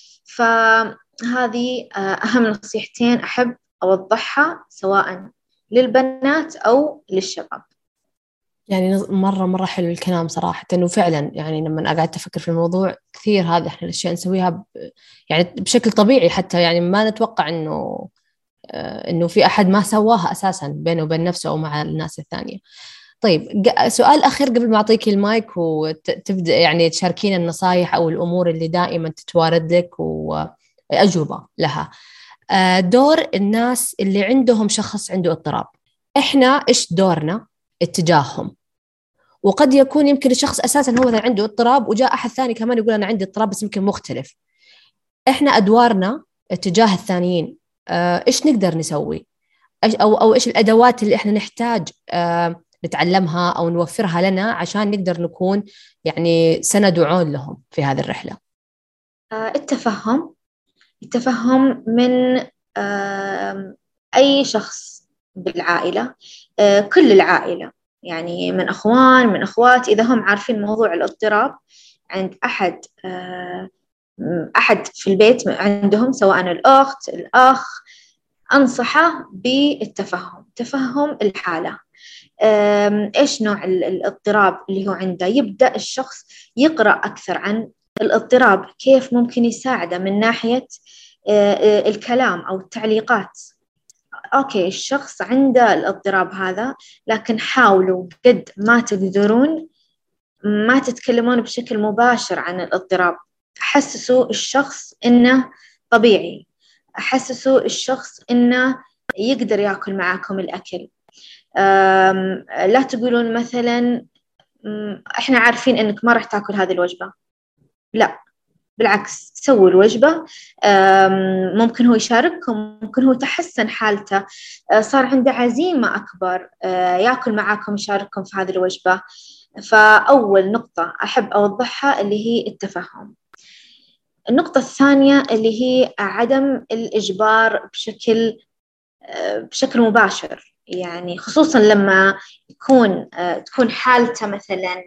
فهذه أهم نصيحتين أحب أوضحها سواء للبنات أو للشباب. يعني مرة مرة حلو الكلام صراحة، إنه فعلا يعني لما قعدت أفكر في الموضوع كثير هذه إحنا الأشياء نسويها ب... يعني بشكل طبيعي، حتى يعني ما نتوقع إنه إنه في أحد ما سواها أساساً بينه وبين نفسه أو مع الناس الثانية. طيب سؤال أخير قبل ما أعطيك المايك وتبدأ يعني تشاركين النصايح أو الأمور اللي دائما تتوارد لك وأجوبة لها. دور الناس اللي عندهم شخص عنده اضطراب، إحنا إيش دورنا اتجاههم؟ وقد يكون يمكن الشخص أساسا هو اللي عنده اضطراب وجاء أحد ثاني كمان يقول أنا عندي اضطراب بس يمكن مختلف. إحنا أدوارنا اتجاه الثانيين إيش نقدر نسوي، أو أو إيش الأدوات اللي إحنا نحتاج نتعلمها أو نوفرها لنا عشان نقدر نكون يعني سند وعون لهم في هذه الرحلة. التفهم التفهم من أي شخص بالعائلة، كل العائلة، يعني من أخوان من أخوات، إذا هم عارفين موضوع الاضطراب عند أحد أحد في البيت عندهم، سواء الأخت الأخ، أنصحه بالتفهم، تفهم الحالة. إيش نوع الاضطراب اللي هو عنده، يبدأ الشخص يقرأ أكثر عن الاضطراب، كيف ممكن يساعده من ناحية الكلام أو التعليقات. أوكي الشخص عنده الاضطراب هذا، لكن حاولوا قد ما تقدرون ما تتكلمون بشكل مباشر عن الاضطراب، حسسوا الشخص إنه طبيعي، حسسوا الشخص إنه يقدر يأكل معاكم الأكل. لا تقولون مثلا إحنا عارفين إنك ما راح تأكل هذه الوجبة، لا بالعكس سووا الوجبة. ممكن هو يشارككم، ممكن هو تحسن حالته، صار عنده عزيمة أكبر، يأكل معاكم يشارككم في هذه الوجبة. فأول نقطة أحب أوضحها اللي هي التفهم. النقطة الثانية اللي هي عدم الإجبار بشكل بشكل مباشر، يعني خصوصا لما يكون تكون حالته مثلا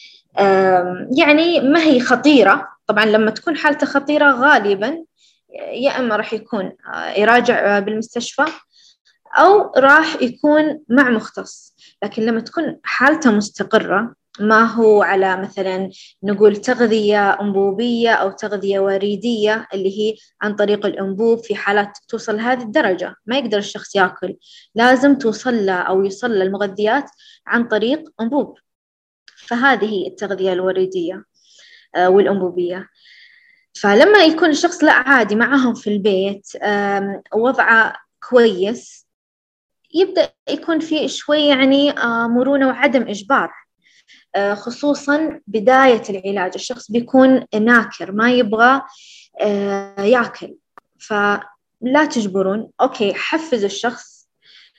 يعني ما هي خطيرة. طبعا لما تكون حالته خطيرة غالبا يا إما راح يكون يراجع بالمستشفى أو راح يكون مع مختص. لكن لما تكون حالته مستقرة، ما هو على مثلا نقول تغذية أنبوبية أو تغذية وريدية اللي هي عن طريق الأنبوب، في حالات توصل لهذه الدرجة ما يقدر الشخص يأكل، لازم توصل له أو يوصل له المغذيات عن طريق أنبوب. فهذه هي التغذية الوريدية والأنبوبية. فلما يكون الشخص لا عادي معهم في البيت وضعه كويس، يبدأ يكون في شوي يعني مرونة وعدم إجبار، خصوصا بداية العلاج. الشخص بيكون ناكر ما يبغى يأكل، فلا تجبرون. أوكي حفزوا الشخص،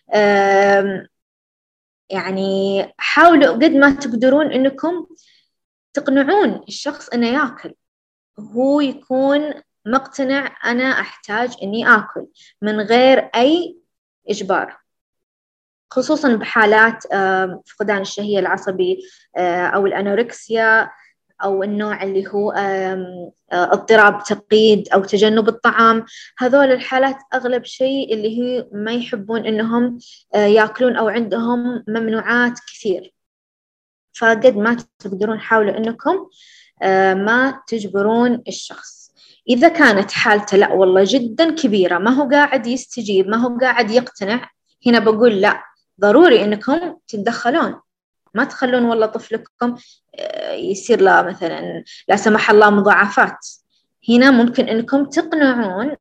يعني حاولوا قد ما تقدرون إنكم تقنعون الشخص إنه يأكل، هو يكون مقتنع أنا أحتاج إني آكل من غير أي إجبار، خصوصاً بحالات فقدان الشهية العصبي أو الأنوركسيا أو النوع اللي هو اضطراب تقييد أو تجنب الطعام. هذول الحالات أغلب شيء اللي هي ما يحبون إنهم يأكلون أو عندهم ممنوعات كثير. فقد ما تقدرون حاولوا إنكم ما تجبرون الشخص. إذا كانت حالته لا والله جدا كبيرة، ما هو قاعد يستجيب، ما هو قاعد يقتنع، هنا بقول لا، ضروري إنكم تتدخلون. ما تخلون والله طفلكم يصير له مثلا لا سمح الله مضاعفات. هنا ممكن إنكم تقنعون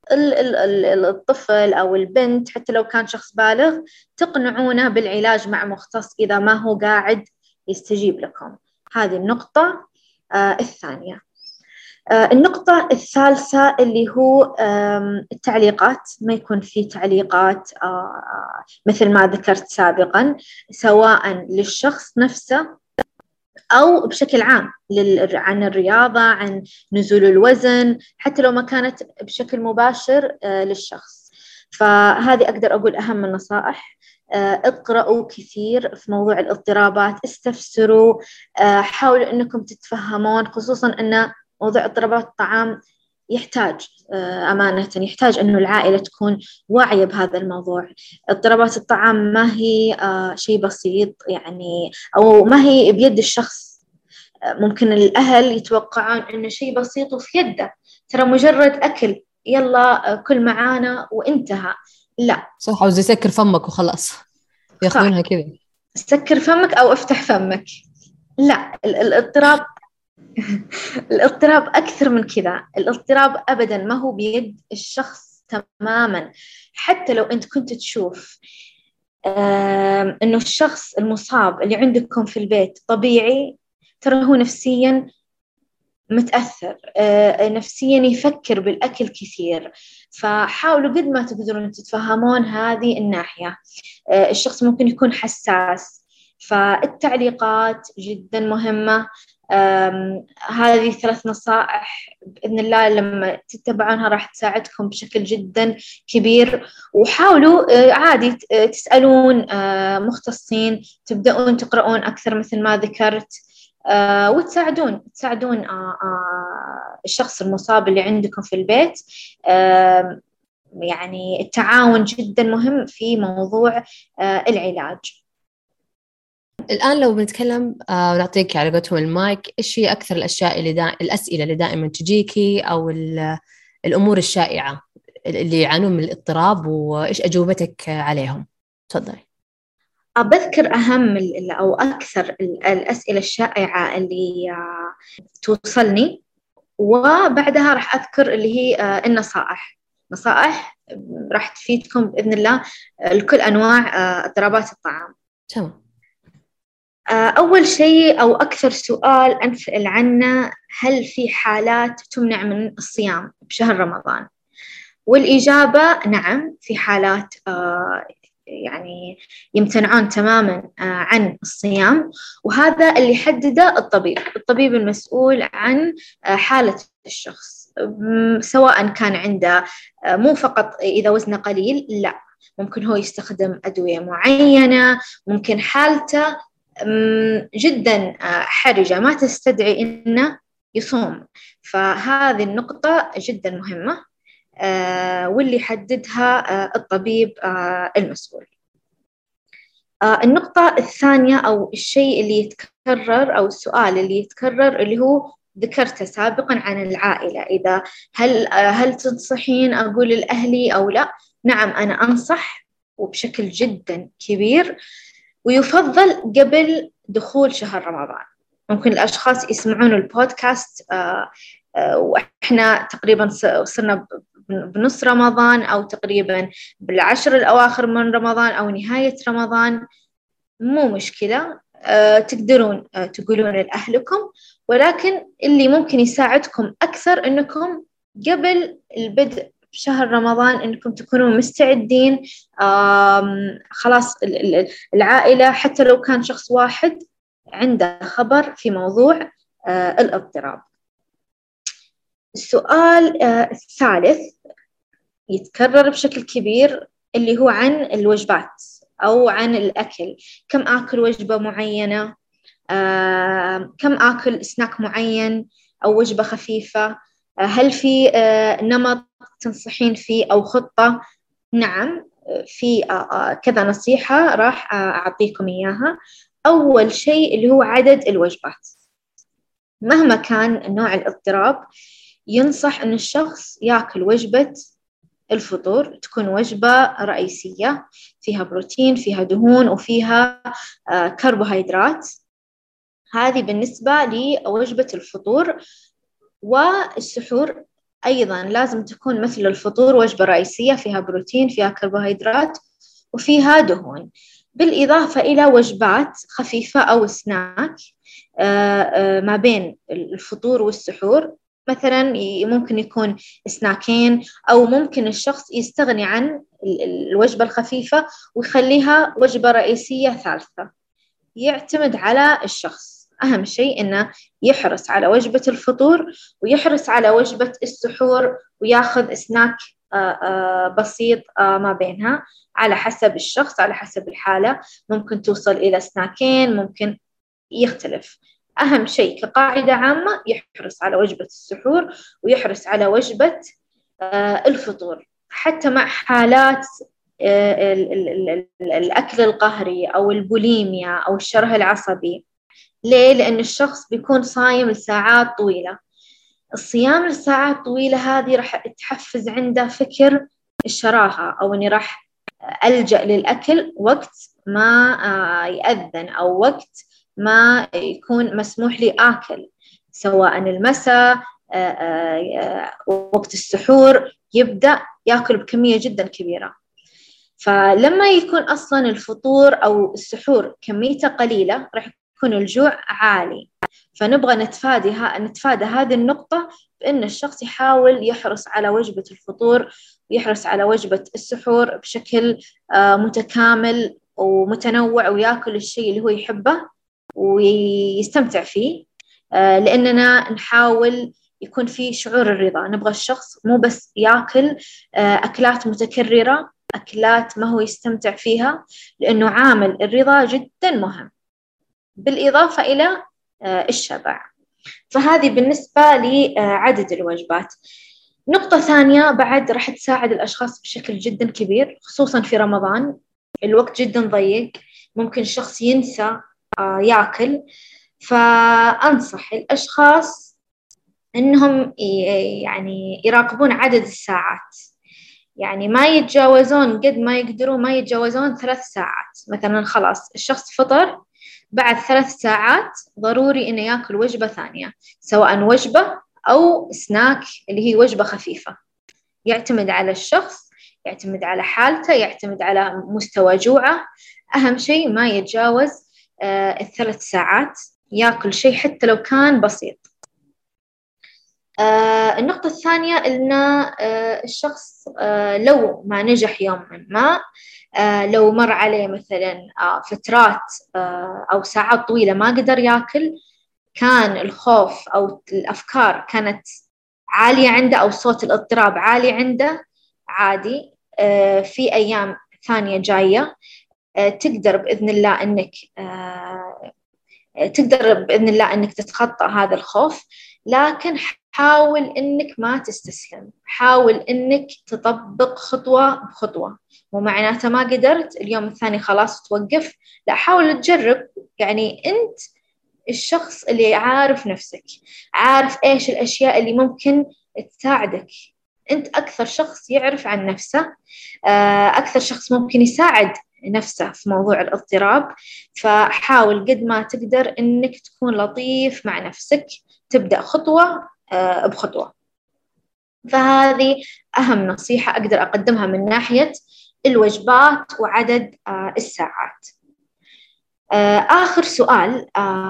الطفل أو البنت، حتى لو كان شخص بالغ، تقنعونه بالعلاج مع مختص إذا ما هو قاعد يستجيب لكم. هذه النقطة آه الثانية. آه النقطة الثالثة اللي هو آه التعليقات. ما يكون في تعليقات آه مثل ما ذكرت سابقا، سواء للشخص نفسه أو بشكل عام عن الرياضة، عن نزول الوزن، حتى لو ما كانت بشكل مباشر آه للشخص. فهذه أقدر أقول أهم النصائح. اقرأوا كثير في موضوع الاضطرابات، استفسروا، حاولوا أنكم تتفهمون، خصوصا أن موضوع اضطرابات الطعام يحتاج أمانة يحتاج أنه العائلة تكون واعية بهذا الموضوع. اضطرابات الطعام ما هي شيء بسيط يعني، أو ما هي بيد الشخص. ممكن الأهل يتوقعون أنه شيء بسيط وفي يده، ترى مجرد أكل يلا كل معانا وانتهى. لا. صح، أو زي سكر فمك وخلاص ياخذونها كذا. سكر فمك أو افتح فمك، لا. الاضطراب الاضطراب أكثر من كذا. الاضطراب أبدا ما هو بيد الشخص تماما. حتى لو أنت كنت تشوف إنه الشخص المصاب اللي عندكم في البيت طبيعي، ترى هو نفسيا متأثر، نفسيا يفكر بالأكل كثير. فحاولوا قد ما تقدرون تتفهمون هذه الناحية. الشخص ممكن يكون حساس، فالتعليقات جدا مهمة. هذه ثلاث نصائح بإذن الله لما تتبعونها راح تساعدكم بشكل جدا كبير. وحاولوا عادي تسألون مختصين، تبدأون تقرؤون أكثر مثل ما ذكرت، وتساعدون تساعدون الشخص المصاب اللي عندكم في البيت. يعني التعاون جدا مهم في موضوع العلاج. الآن لو بنتكلم آه ونعطيك على قولتهم المايك، إيش هي أكثر الأشياء اللي دا... الأسئلة اللي دائما تجيكي، أو الأمور الشائعة اللي يعانون من الاضطراب، وإيش أجوبتك عليهم؟ تفضلي. بذكر أهم أو أكثر الأسئلة الشائعة اللي توصلني، وبعدها راح أذكر اللي هي النصائح. نصائح راح تفيدكم بإذن الله لكل أنواع اضطرابات الطعام. تمام. أول شيء أو أكثر سؤال أنسأل عنه، هل في حالات تمنع من الصيام بشهر رمضان؟ والإجابة نعم، في حالات يعني يمتنعون تماما عن الصيام، وهذا اللي حدده الطبيب الطبيب المسؤول عن حالة الشخص، سواء كان عنده مو فقط إذا وزنه قليل، لا، ممكن هو يستخدم أدوية معينة، ممكن حالته جدا حرجة ما تستدعي إنه يصوم. فهذه النقطة جدا مهمة، واللي يحددها الطبيب المسؤول. النقطة الثانية أو الشيء اللي يتكرر أو السؤال اللي يتكرر اللي هو ذكرته سابقا عن العائلة، إذا هل هل تنصحين أقول لأهلي أو لا؟ نعم، أنا أنصح وبشكل جدا كبير، ويفضل قبل دخول شهر رمضان. ممكن الأشخاص يسمعون البودكاست وإحنا تقريبا صرنا بنص رمضان، أو تقريبا بالعشر الأواخر من رمضان أو نهاية رمضان، مو مشكلة، أه تقدرون أه تقولون لأهلكم، ولكن اللي ممكن يساعدكم أكثر أنكم قبل البدء بشهر رمضان أنكم تكونوا مستعدين. خلاص العائلة حتى لو كان شخص واحد عنده خبر في موضوع أه الاضطراب. السؤال أه الثالث يتكرر بشكل كبير اللي هو عن الوجبات أو عن الأكل. كم آكل وجبة معينة؟ آه، كم آكل سناك معين أو وجبة خفيفة؟ آه، هل في آه، نمط تنصحين فيه أو خطة؟ نعم، في آه، آه، كذا نصيحة راح آه، أعطيكم إياها. أول شيء اللي هو عدد الوجبات. مهما كان نوع الاضطراب، ينصح أن الشخص يأكل وجبة الفطور تكون وجبة رئيسية فيها بروتين، فيها دهون، وفيها آه كربوهيدرات. هذه بالنسبة لوجبة الفطور. والسحور أيضا لازم تكون مثل الفطور وجبة رئيسية فيها بروتين، فيها كربوهيدرات، وفيها دهون، بالإضافة إلى وجبات خفيفة أو سناك آه آه ما بين الفطور والسحور. مثلا ممكن يكون سناكين، أو ممكن الشخص يستغني عن الوجبة الخفيفة ويخليها وجبة رئيسية ثالثة. يعتمد على الشخص. أهم شيء إنه يحرص على وجبة الفطور ويحرص على وجبة السحور، وياخذ سناك بسيط ما بينها على حسب الشخص، على حسب الحالة. ممكن توصل إلى سناكين، ممكن يختلف. أهم شيء كقاعدة عامة يحرص على وجبة السحور ويحرص على وجبة الفطور. حتى مع حالات الأكل القهري أو البوليميا أو الشره العصبي. ليه؟ لأن الشخص بيكون صايم لساعات طويلة. الصيام لساعات طويلة هذه راح تحفز عنده فكر الشراهة، أو إني راح ألجأ للأكل وقت ما يأذن أو وقت ما يكون مسموح لي آكل، سواء المساء وقت السحور، يبدأ يأكل بكمية جدا كبيرة. فلما يكون أصلا الفطور أو السحور كميته قليلة راح يكون الجوع عالي. فنبغى نتفادى نتفادى هذه النقطة بأن الشخص يحاول يحرص على وجبة الفطور ويحرص على وجبة السحور بشكل متكامل ومتنوع، ويأكل الشيء اللي هو يحبه ويستمتع فيه، لأننا نحاول يكون في شعور الرضا. نبغى الشخص مو بس يأكل أكلات متكررة، أكلات ما هو يستمتع فيها، لأنه عامل الرضا جدا مهم، بالإضافة إلى الشبع. فهذه بالنسبة لعدد الوجبات. نقطة ثانية بعد راح تساعد الأشخاص بشكل جدا كبير، خصوصا في رمضان الوقت جدا ضيق، ممكن الشخص ينسى يأكل. فأنصح الأشخاص إنهم يعني يراقبون عدد الساعات، يعني ما يتجاوزون قد ما يقدروا ما يتجاوزون ثلاث ساعات. مثلا خلاص الشخص فطر، بعد ثلاث ساعات ضروري إنه يأكل وجبة ثانية، سواء وجبة أو سناك اللي هي وجبة خفيفة. يعتمد على الشخص، يعتمد على حالته، يعتمد على مستوى جوعه. أهم شيء ما يتجاوز آه الثلاث ساعات، يأكل شيء حتى لو كان بسيط. آه النقطة الثانية إن آه الشخص آه لو ما نجح يوم ما، آه لو مر عليه مثلا آه فترات آه أو ساعات طويلة ما قدر يأكل، كان الخوف أو الأفكار كانت عالية عنده أو صوت الاضطراب عالي عنده، عادي آه في أيام ثانية جاية آه تقدر بإذن الله إنك آه تقدر بإذن الله إنك تتخطى هذا الخوف. لكن حاول إنك ما تستسلم، حاول إنك تطبق خطوة بخطوة، مو معناته ما قدرت اليوم الثاني خلاص توقف، لا، حاول تجرب. يعني أنت الشخص اللي عارف نفسك، عارف إيش الأشياء اللي ممكن تساعدك. أنت أكثر شخص يعرف عن نفسه، أكثر شخص ممكن يساعد نفسه في موضوع الاضطراب. فحاول قد ما تقدر إنك تكون لطيف مع نفسك، تبدأ خطوة بخطوة. فهذه أهم نصيحة أقدر أقدمها من ناحية الوجبات وعدد الساعات. آخر سؤال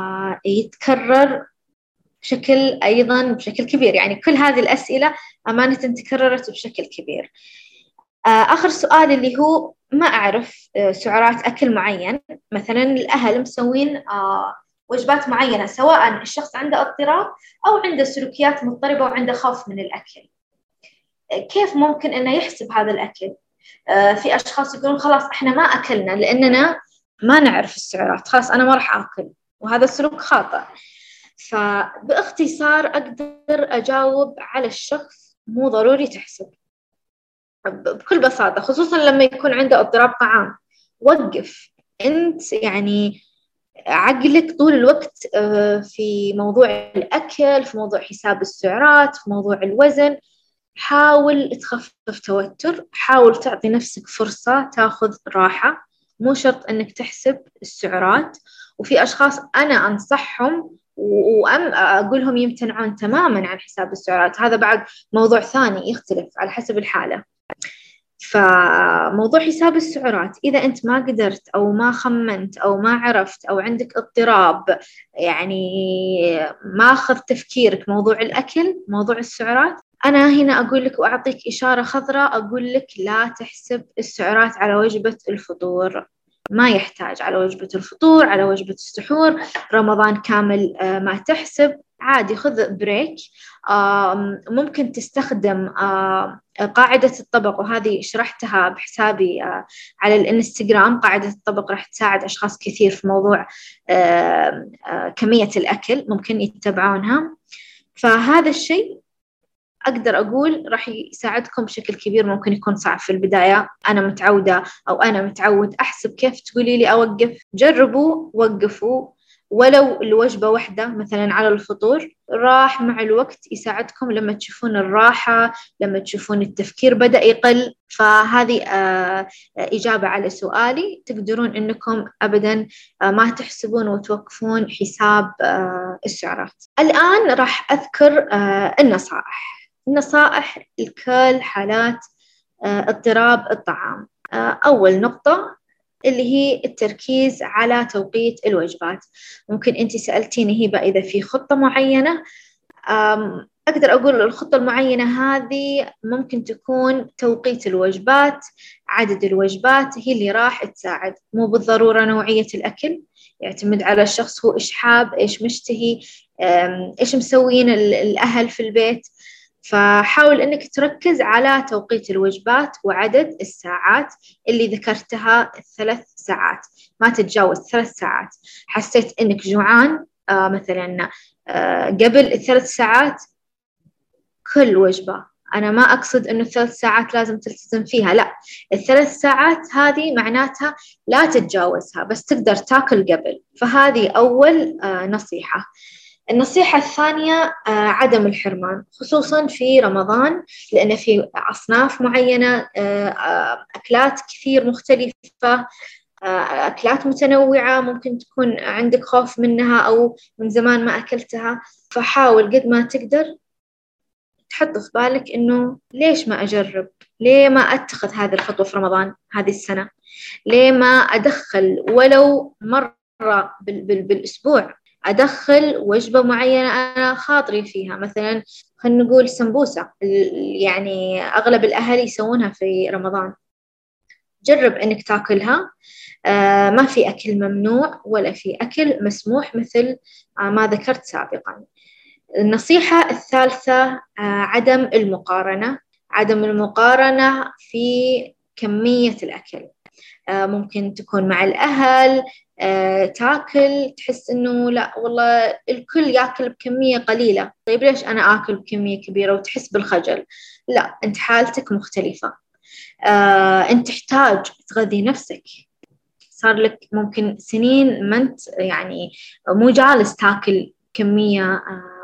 يتكرر بشكل أيضا بشكل كبير، يعني كل هذه الأسئلة أمانة تكررت بشكل كبير. آخر سؤال اللي هو ما أعرف سعرات أكل معين، مثلا الأهل مسوين وجبات معينة، سواء الشخص عنده اضطراب أو عنده سلوكيات مضطربة وعنده خوف من الأكل، كيف ممكن إنه يحسب هذا الأكل؟ في أشخاص يقولون خلاص إحنا ما أكلنا لأننا ما نعرف السعرات، خلاص أنا ما راح أكل، وهذا السلوك خاطئ. فباختصار أقدر أجاوب على الشخص مو ضروري تحسب، بكل بساطة، خصوصا لما يكون عنده اضطراب طعام. وقف أنت، يعني عقلك طول الوقت في موضوع الأكل، في موضوع حساب السعرات، في موضوع الوزن. حاول تخفف توتر، حاول تعطي نفسك فرصة تاخذ راحة، مو شرط أنك تحسب السعرات. وفي أشخاص أنا أنصحهم وأقولهم يمتنعون تماماً عن حساب السعرات، هذا بعد موضوع ثاني يختلف على حسب الحالة. فموضوع حساب السعرات إذا أنت ما قدرت أو ما خمنت أو ما عرفت أو عندك اضطراب، يعني ماخذ تفكيرك موضوع الأكل، موضوع السعرات، أنا هنا أقول لك وأعطيك إشارة خضراء، أقول لك لا تحسب السعرات على وجبة الفطور، ما يحتاج على وجبة الفطور، على وجبة السحور، رمضان كامل ما تحسب، عادي خذ بريك. ممكن تستخدم قاعدة الطبق، وهذه شرحتها بحسابي على الانستغرام. قاعدة الطبق راح تساعد أشخاص كثير في موضوع كمية الأكل، ممكن يتبعونها. فهذا الشيء أقدر أقول راح يساعدكم بشكل كبير. ممكن يكون صعب في البداية، أنا متعودة أو أنا متعود أحسب، كيف تقولي لي أوقف؟ جربوا، وقفوا، ولو الوجبة واحدة مثلا على الفطور، راح مع الوقت يساعدكم لما تشوفون الراحة، لما تشوفون التفكير بدأ يقل. فهذه آه إجابة على سؤالي، تقدرون أنكم أبدا آه ما تحسبون وتوقفون حساب آه السعرات. الآن راح أذكر آه النصائح النصائح لكل حالات آه اضطراب الطعام. آه أول نقطة اللي هي التركيز على توقيت الوجبات. ممكن أنت سألتيني هبة إذا في خطة معينة. أقدر أقول الخطة المعينة هذه ممكن تكون توقيت الوجبات، عدد الوجبات هي اللي راح تساعد، مو بالضرورة نوعية الأكل، يعتمد على الشخص هو إيش حاب، إيش مشتهي، إيش مسوين الأهل في البيت. فحاول أنك تركز على توقيت الوجبات وعدد الساعات اللي ذكرتها، الثلاث ساعات، ما تتجاوز ثلاث ساعات. حسيت أنك جوعان آه مثلا آه قبل الثلاث ساعات، كل وجبة. أنا ما أقصد أنه الثلاث ساعات لازم تلتزم فيها، لا، الثلاث ساعات هذه معناتها لا تتجاوزها، بس تقدر تاكل قبل. فهذه أول آه نصيحة. النصيحة الثانية آه عدم الحرمان، خصوصا في رمضان، لأن في أصناف معينة آه أكلات كثير مختلفة، أكلات متنوعة، ممكن تكون عندك خوف منها أو من زمان ما أكلتها. فحاول قد ما تقدر تحط في بالك إنه ليش ما أجرب، ليه ما أتخذ هذه الخطوة في رمضان هذه السنة، ليه ما أدخل ولو مرة بال بال بالأسبوع، أدخل وجبة معينة أنا خاطري فيها. مثلا خلينا نقول سمبوسة، يعني أغلب الأهل يسوونها في رمضان، جرب إنك تاكلها. آه ما في أكل ممنوع ولا في أكل مسموح مثل آه ما ذكرت سابقا. النصيحة الثالثة آه عدم المقارنة عدم المقارنة في كمية الأكل. آه ممكن تكون مع الأهل آه تاكل تحس إنه لا والله الكل ياكل بكمية قليلة، طيب ليش أنا آكل بكمية كبيرة، وتحس بالخجل. لا، أنت حالتك مختلفة. آه أنت تحتاج تغذي نفسك، صار لك ممكن سنين ما أنت يعني مو جالس تاكل كمية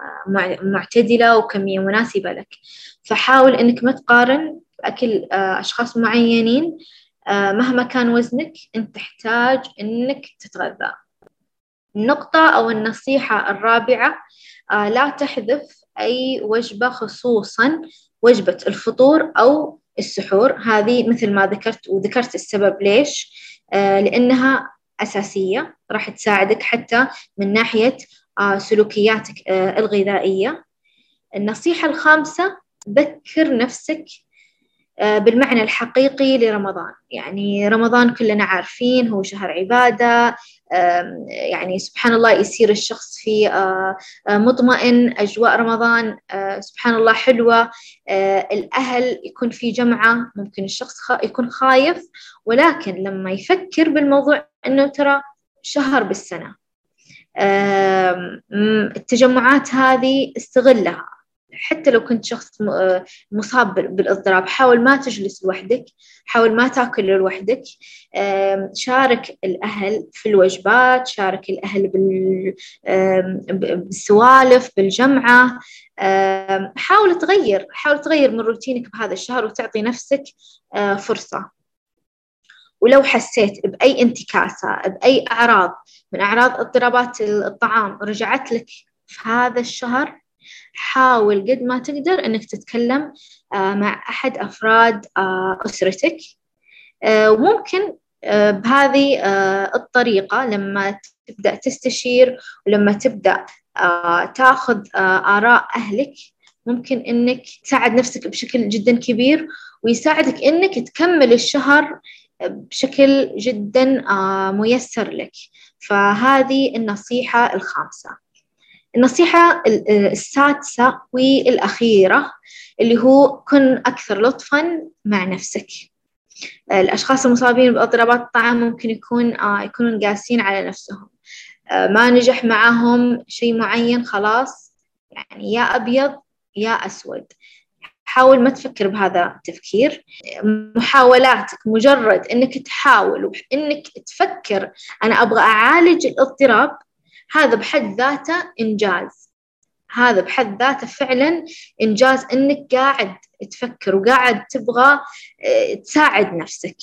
معتدلة وكمية مناسبة لك. فحاول إنك ما تقارن أكل أشخاص معينين. مهما كان وزنك أنت تحتاج إنك تتغذى. النقطة أو النصيحة الرابعة، لا تحذف أي وجبة، خصوصا وجبة الفطور أو السحور. هذه مثل ما ذكرت، وذكرت السبب ليش، آه لأنها أساسية، راح تساعدك حتى من ناحية آه سلوكياتك آه الغذائية. النصيحة الخامسة، ذكر نفسك آه بالمعنى الحقيقي لرمضان. يعني رمضان كلنا عارفين هو شهر عبادة، يعني سبحان الله يصير الشخص في مطمئن. أجواء رمضان سبحان الله حلوة، الأهل يكون في جمعة، ممكن الشخص يكون خايف، ولكن لما يفكر بالموضوع أنه ترى شهر بالسنة، التجمعات هذه استغلها. حتى لو كنت شخص مصاب بالاضطراب، حاول ما تجلس لوحدك، حاول ما تاكل لوحدك، شارك الأهل في الوجبات، شارك الأهل بالسوالف بالجمعة. حاول تغير حاول تغير من روتينك بهذا الشهر وتعطي نفسك فرصة. ولو حسيت بأي انتكاسة، بأي أعراض من أعراض اضطرابات الطعام رجعت لك في هذا الشهر، حاول قد ما تقدر أنك تتكلم مع أحد أفراد أسرتك. وممكن بهذه الطريقة لما تبدأ تستشير ولما تبدأ تأخذ آراء أهلك، ممكن أنك تساعد نفسك بشكل جدا كبير، ويساعدك أنك تكمل الشهر بشكل جدا ميسر لك. فهذه النصيحة الخامسة. النصيحة السادسة والأخيرة اللي هو كن أكثر لطفاً مع نفسك. الأشخاص المصابين باضطرابات الطعام ممكن يكون آه يكونون قاسين على نفسهم، آه ما نجح معهم شيء معين خلاص، يعني يا أبيض يا أسود. حاول ما تفكر بهذا التفكير. محاولاتك، مجرد أنك تحاول وأنك تفكر أنا أبغى أعالج الاضطراب، هذا بحد ذاته إنجاز، هذا بحد ذاته فعلا إنجاز إنك قاعد تفكر وقاعد تبغى تساعد نفسك.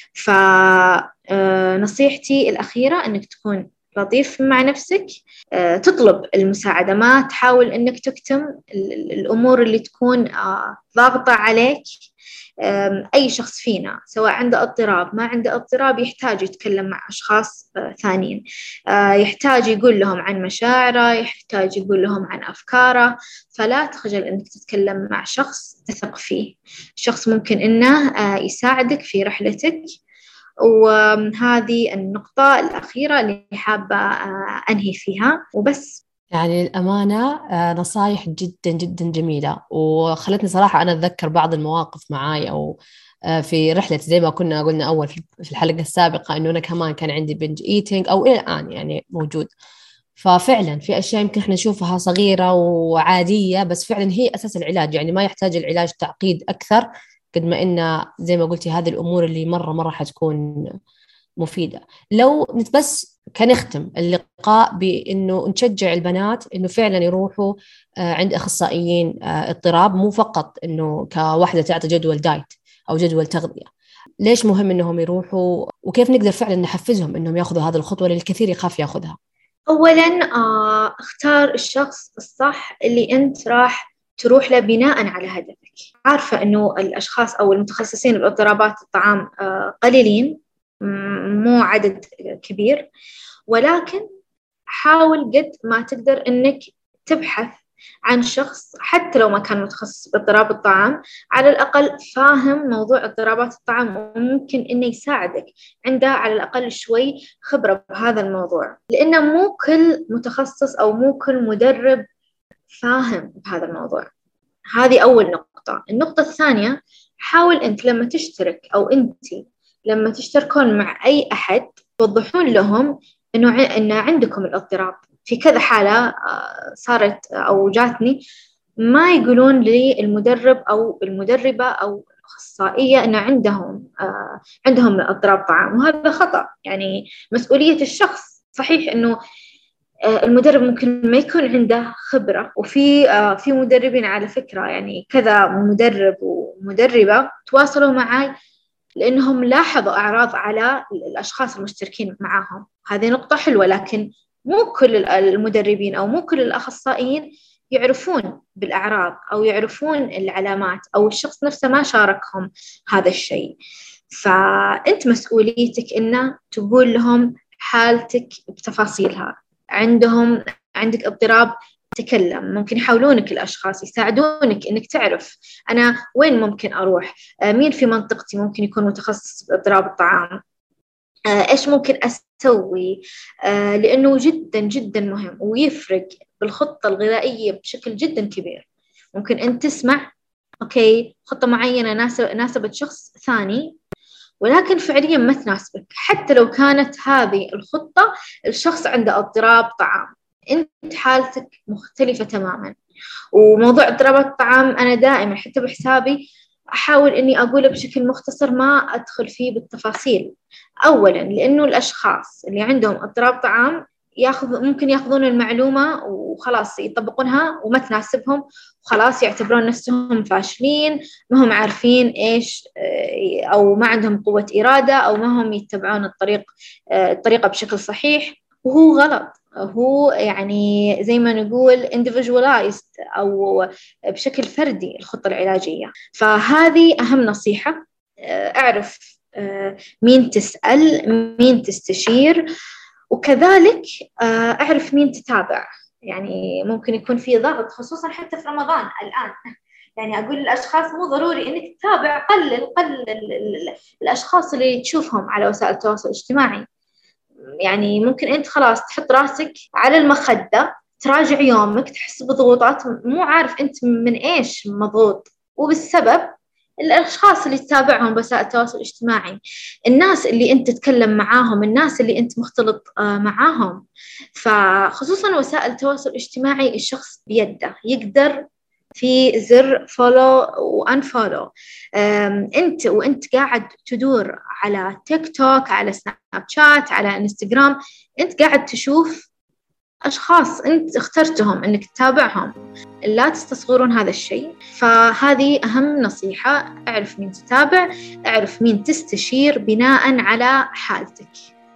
فنصيحتي الأخيرة إنك تكون لطيف مع نفسك، تطلب المساعدة، ما تحاول إنك تكتم الأمور اللي تكون ضاغطة عليك. أي شخص فينا سواء عنده اضطراب ما عنده اضطراب يحتاج يتكلم مع أشخاص ثانيين، يحتاج يقول لهم عن مشاعره، يحتاج يقول لهم عن أفكاره. فلا تخجل إنك تتكلم مع شخص تثق فيه، شخص ممكن إنه يساعدك في رحلتك. وهذه النقطة الأخيرة اللي حابة أنهي فيها وبس. يعني الأمانة نصايح جدا جدا جميلة، وخلتني صراحة أنا أتذكر بعض المواقف معاي أو في رحلة زي ما كنا قلنا أول في الحلقة السابقة إنه أنا كمان كان عندي بنج إيتينج أو إلى الآن يعني موجود. ففعلا في أشياء يمكن إحنا نشوفها صغيرة وعادية بس فعلا هي أساس العلاج، يعني ما يحتاج العلاج تعقيد أكثر قد ما إنه زي ما قلتي هذه الأمور اللي مرة مرة حتكون مفيدة. لو بس كنختم اللقاء بأنه نشجع البنات أنه فعلا يروحوا عند أخصائيين اضطراب، مو فقط أنه كواحدة تعطي جدول دايت أو جدول تغذية. ليش مهم أنهم يروحوا وكيف نقدر فعلا نحفزهم أنهم يأخذوا هذه الخطوة اللي الكثير يخاف يأخذها؟ أولا اختار الشخص الصح اللي أنت راح تروح له بناء على هدفك. عارفة أنه الأشخاص أو المتخصصين باضطرابات الطعام قليلين، مو عدد كبير، ولكن حاول قد ما تقدر إنك تبحث عن شخص حتى لو ما كان متخصص باضطراب الطعام، على الأقل فاهم موضوع اضطرابات الطعام وممكن إنه يساعدك، عنده على الأقل شوي خبرة بهذا الموضوع، لأنه مو كل متخصص أو مو كل مدرب فاهم بهذا الموضوع. هذه أول نقطة. النقطة الثانية، حاول أنت لما تشترك أو أنتي لما تشتركون مع أي أحد توضحون لهم إنه إن عندكم الاضطراب. في كذا حالة صارت أو جاتني ما يقولون لي المدرب أو المدربة أو الأخصائية إن عندهم عندهم اضطراب طعام، وهذا خطأ. يعني مسؤولية الشخص. صحيح إنه المدرب ممكن ما يكون عنده خبرة، وفي في مدربين على فكرة يعني كذا مدرب ومدربة تواصلوا معي لأنهم لاحظوا أعراض على الأشخاص المشتركين معهم. هذه نقطة حلوة، لكن مو كل المدربين أو مو كل الأخصائيين يعرفون بالأعراض أو يعرفون العلامات، أو الشخص نفسه ما شاركهم هذا الشيء. فأنت مسؤوليتك إنه تقول لهم حالتك بتفاصيلها. عندهم عندك اضطراب، تكلم. ممكن يحاولونك الأشخاص يساعدونك إنك تعرف أنا وين ممكن أروح، مين في منطقتي ممكن يكون متخصص باضطراب الطعام، إيش ممكن أسوي، لأنه جدا جدا مهم ويفرق بالخطة الغذائية بشكل جدا كبير. ممكن أنت تسمع أوكي خطة معينة ناسبت شخص ثاني، ولكن فعليا ما تناسبك، حتى لو كانت هذه الخطة الشخص عنده اضطراب طعام، أنت حالتك مختلفة تماما. وموضوع اضطرابات الطعام أنا دائما حتى بحسابي أحاول إني أقوله بشكل مختصر، ما أدخل فيه بالتفاصيل. أولا لأنه الأشخاص اللي عندهم اضطراب طعام ياخذ ممكن ياخذون المعلومة وخلاص يطبقونها وما تناسبهم، وخلاص يعتبرون نفسهم فاشلين، ما هم عارفين إيش أو ما عندهم قوة إرادة أو ما هم يتبعون الطريق الطريقة بشكل صحيح، وهو غلط. هو يعني زي ما نقول individualized أو بشكل فردي الخطة العلاجية. فهذه أهم نصيحة. أعرف مين تسأل، مين تستشير، وكذلك أعرف مين تتابع. يعني ممكن يكون في ضغط خصوصا حتى في رمضان الآن، يعني أقول للأشخاص مو ضروري إنك تتابع، قلل قلل الأشخاص اللي تشوفهم على وسائل التواصل الاجتماعي. يعني ممكن أنت خلاص تحط راسك على المخدة، تراجع يومك، تحس بضغوطات مو عارف أنت من إيش مضغوط، وبالسبب الأشخاص اللي تتابعهم بوسائل التواصل الاجتماعي، الناس اللي أنت تتكلم معاهم، الناس اللي أنت مختلط معاهم. فخصوصا وسائل التواصل الاجتماعي الشخص بيده يقدر في زر فولو وانفولو. انت وانت قاعد تدور على تيك توك، على سناب شات، على انستغرام، انت قاعد تشوف أشخاص أنت اخترتهم أنك تتابعهم لا تستصغرون هذا الشيء. فهذه أهم نصيحة، اعرف مين تتابع، اعرف مين تستشير بناء على حالتك.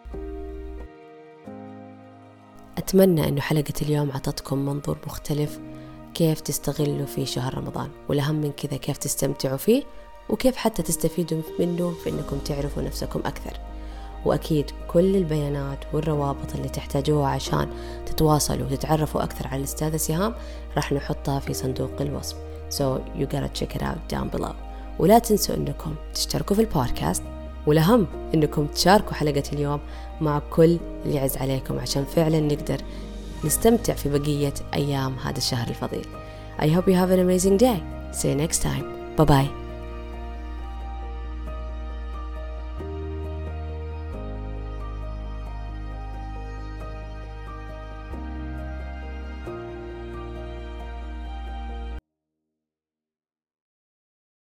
أتمنى أنه حلقة اليوم عطتكم منظور مختلف كيف تستغلوا في شهر رمضان، والأهم من كذا كيف تستمتعوا فيه، وكيف حتى تستفيدوا منه في أنكم تعرفوا نفسكم أكثر. وأكيد كل البيانات والروابط اللي تحتاجوها عشان تتواصلوا وتتعرفوا أكثر على الأستاذة سهام راح نحطها في صندوق الوصف. So you gotta check it out down below. ولا تنسوا أنكم تشتركوا في البودكاست، والأهم أنكم تشاركوا حلقة اليوم مع كل اللي يعز عليكم عشان فعلا نقدر نستمتع في بقية أيام هذا الشهر الفضيل. I hope you have an amazing day. See you next time. Bye bye.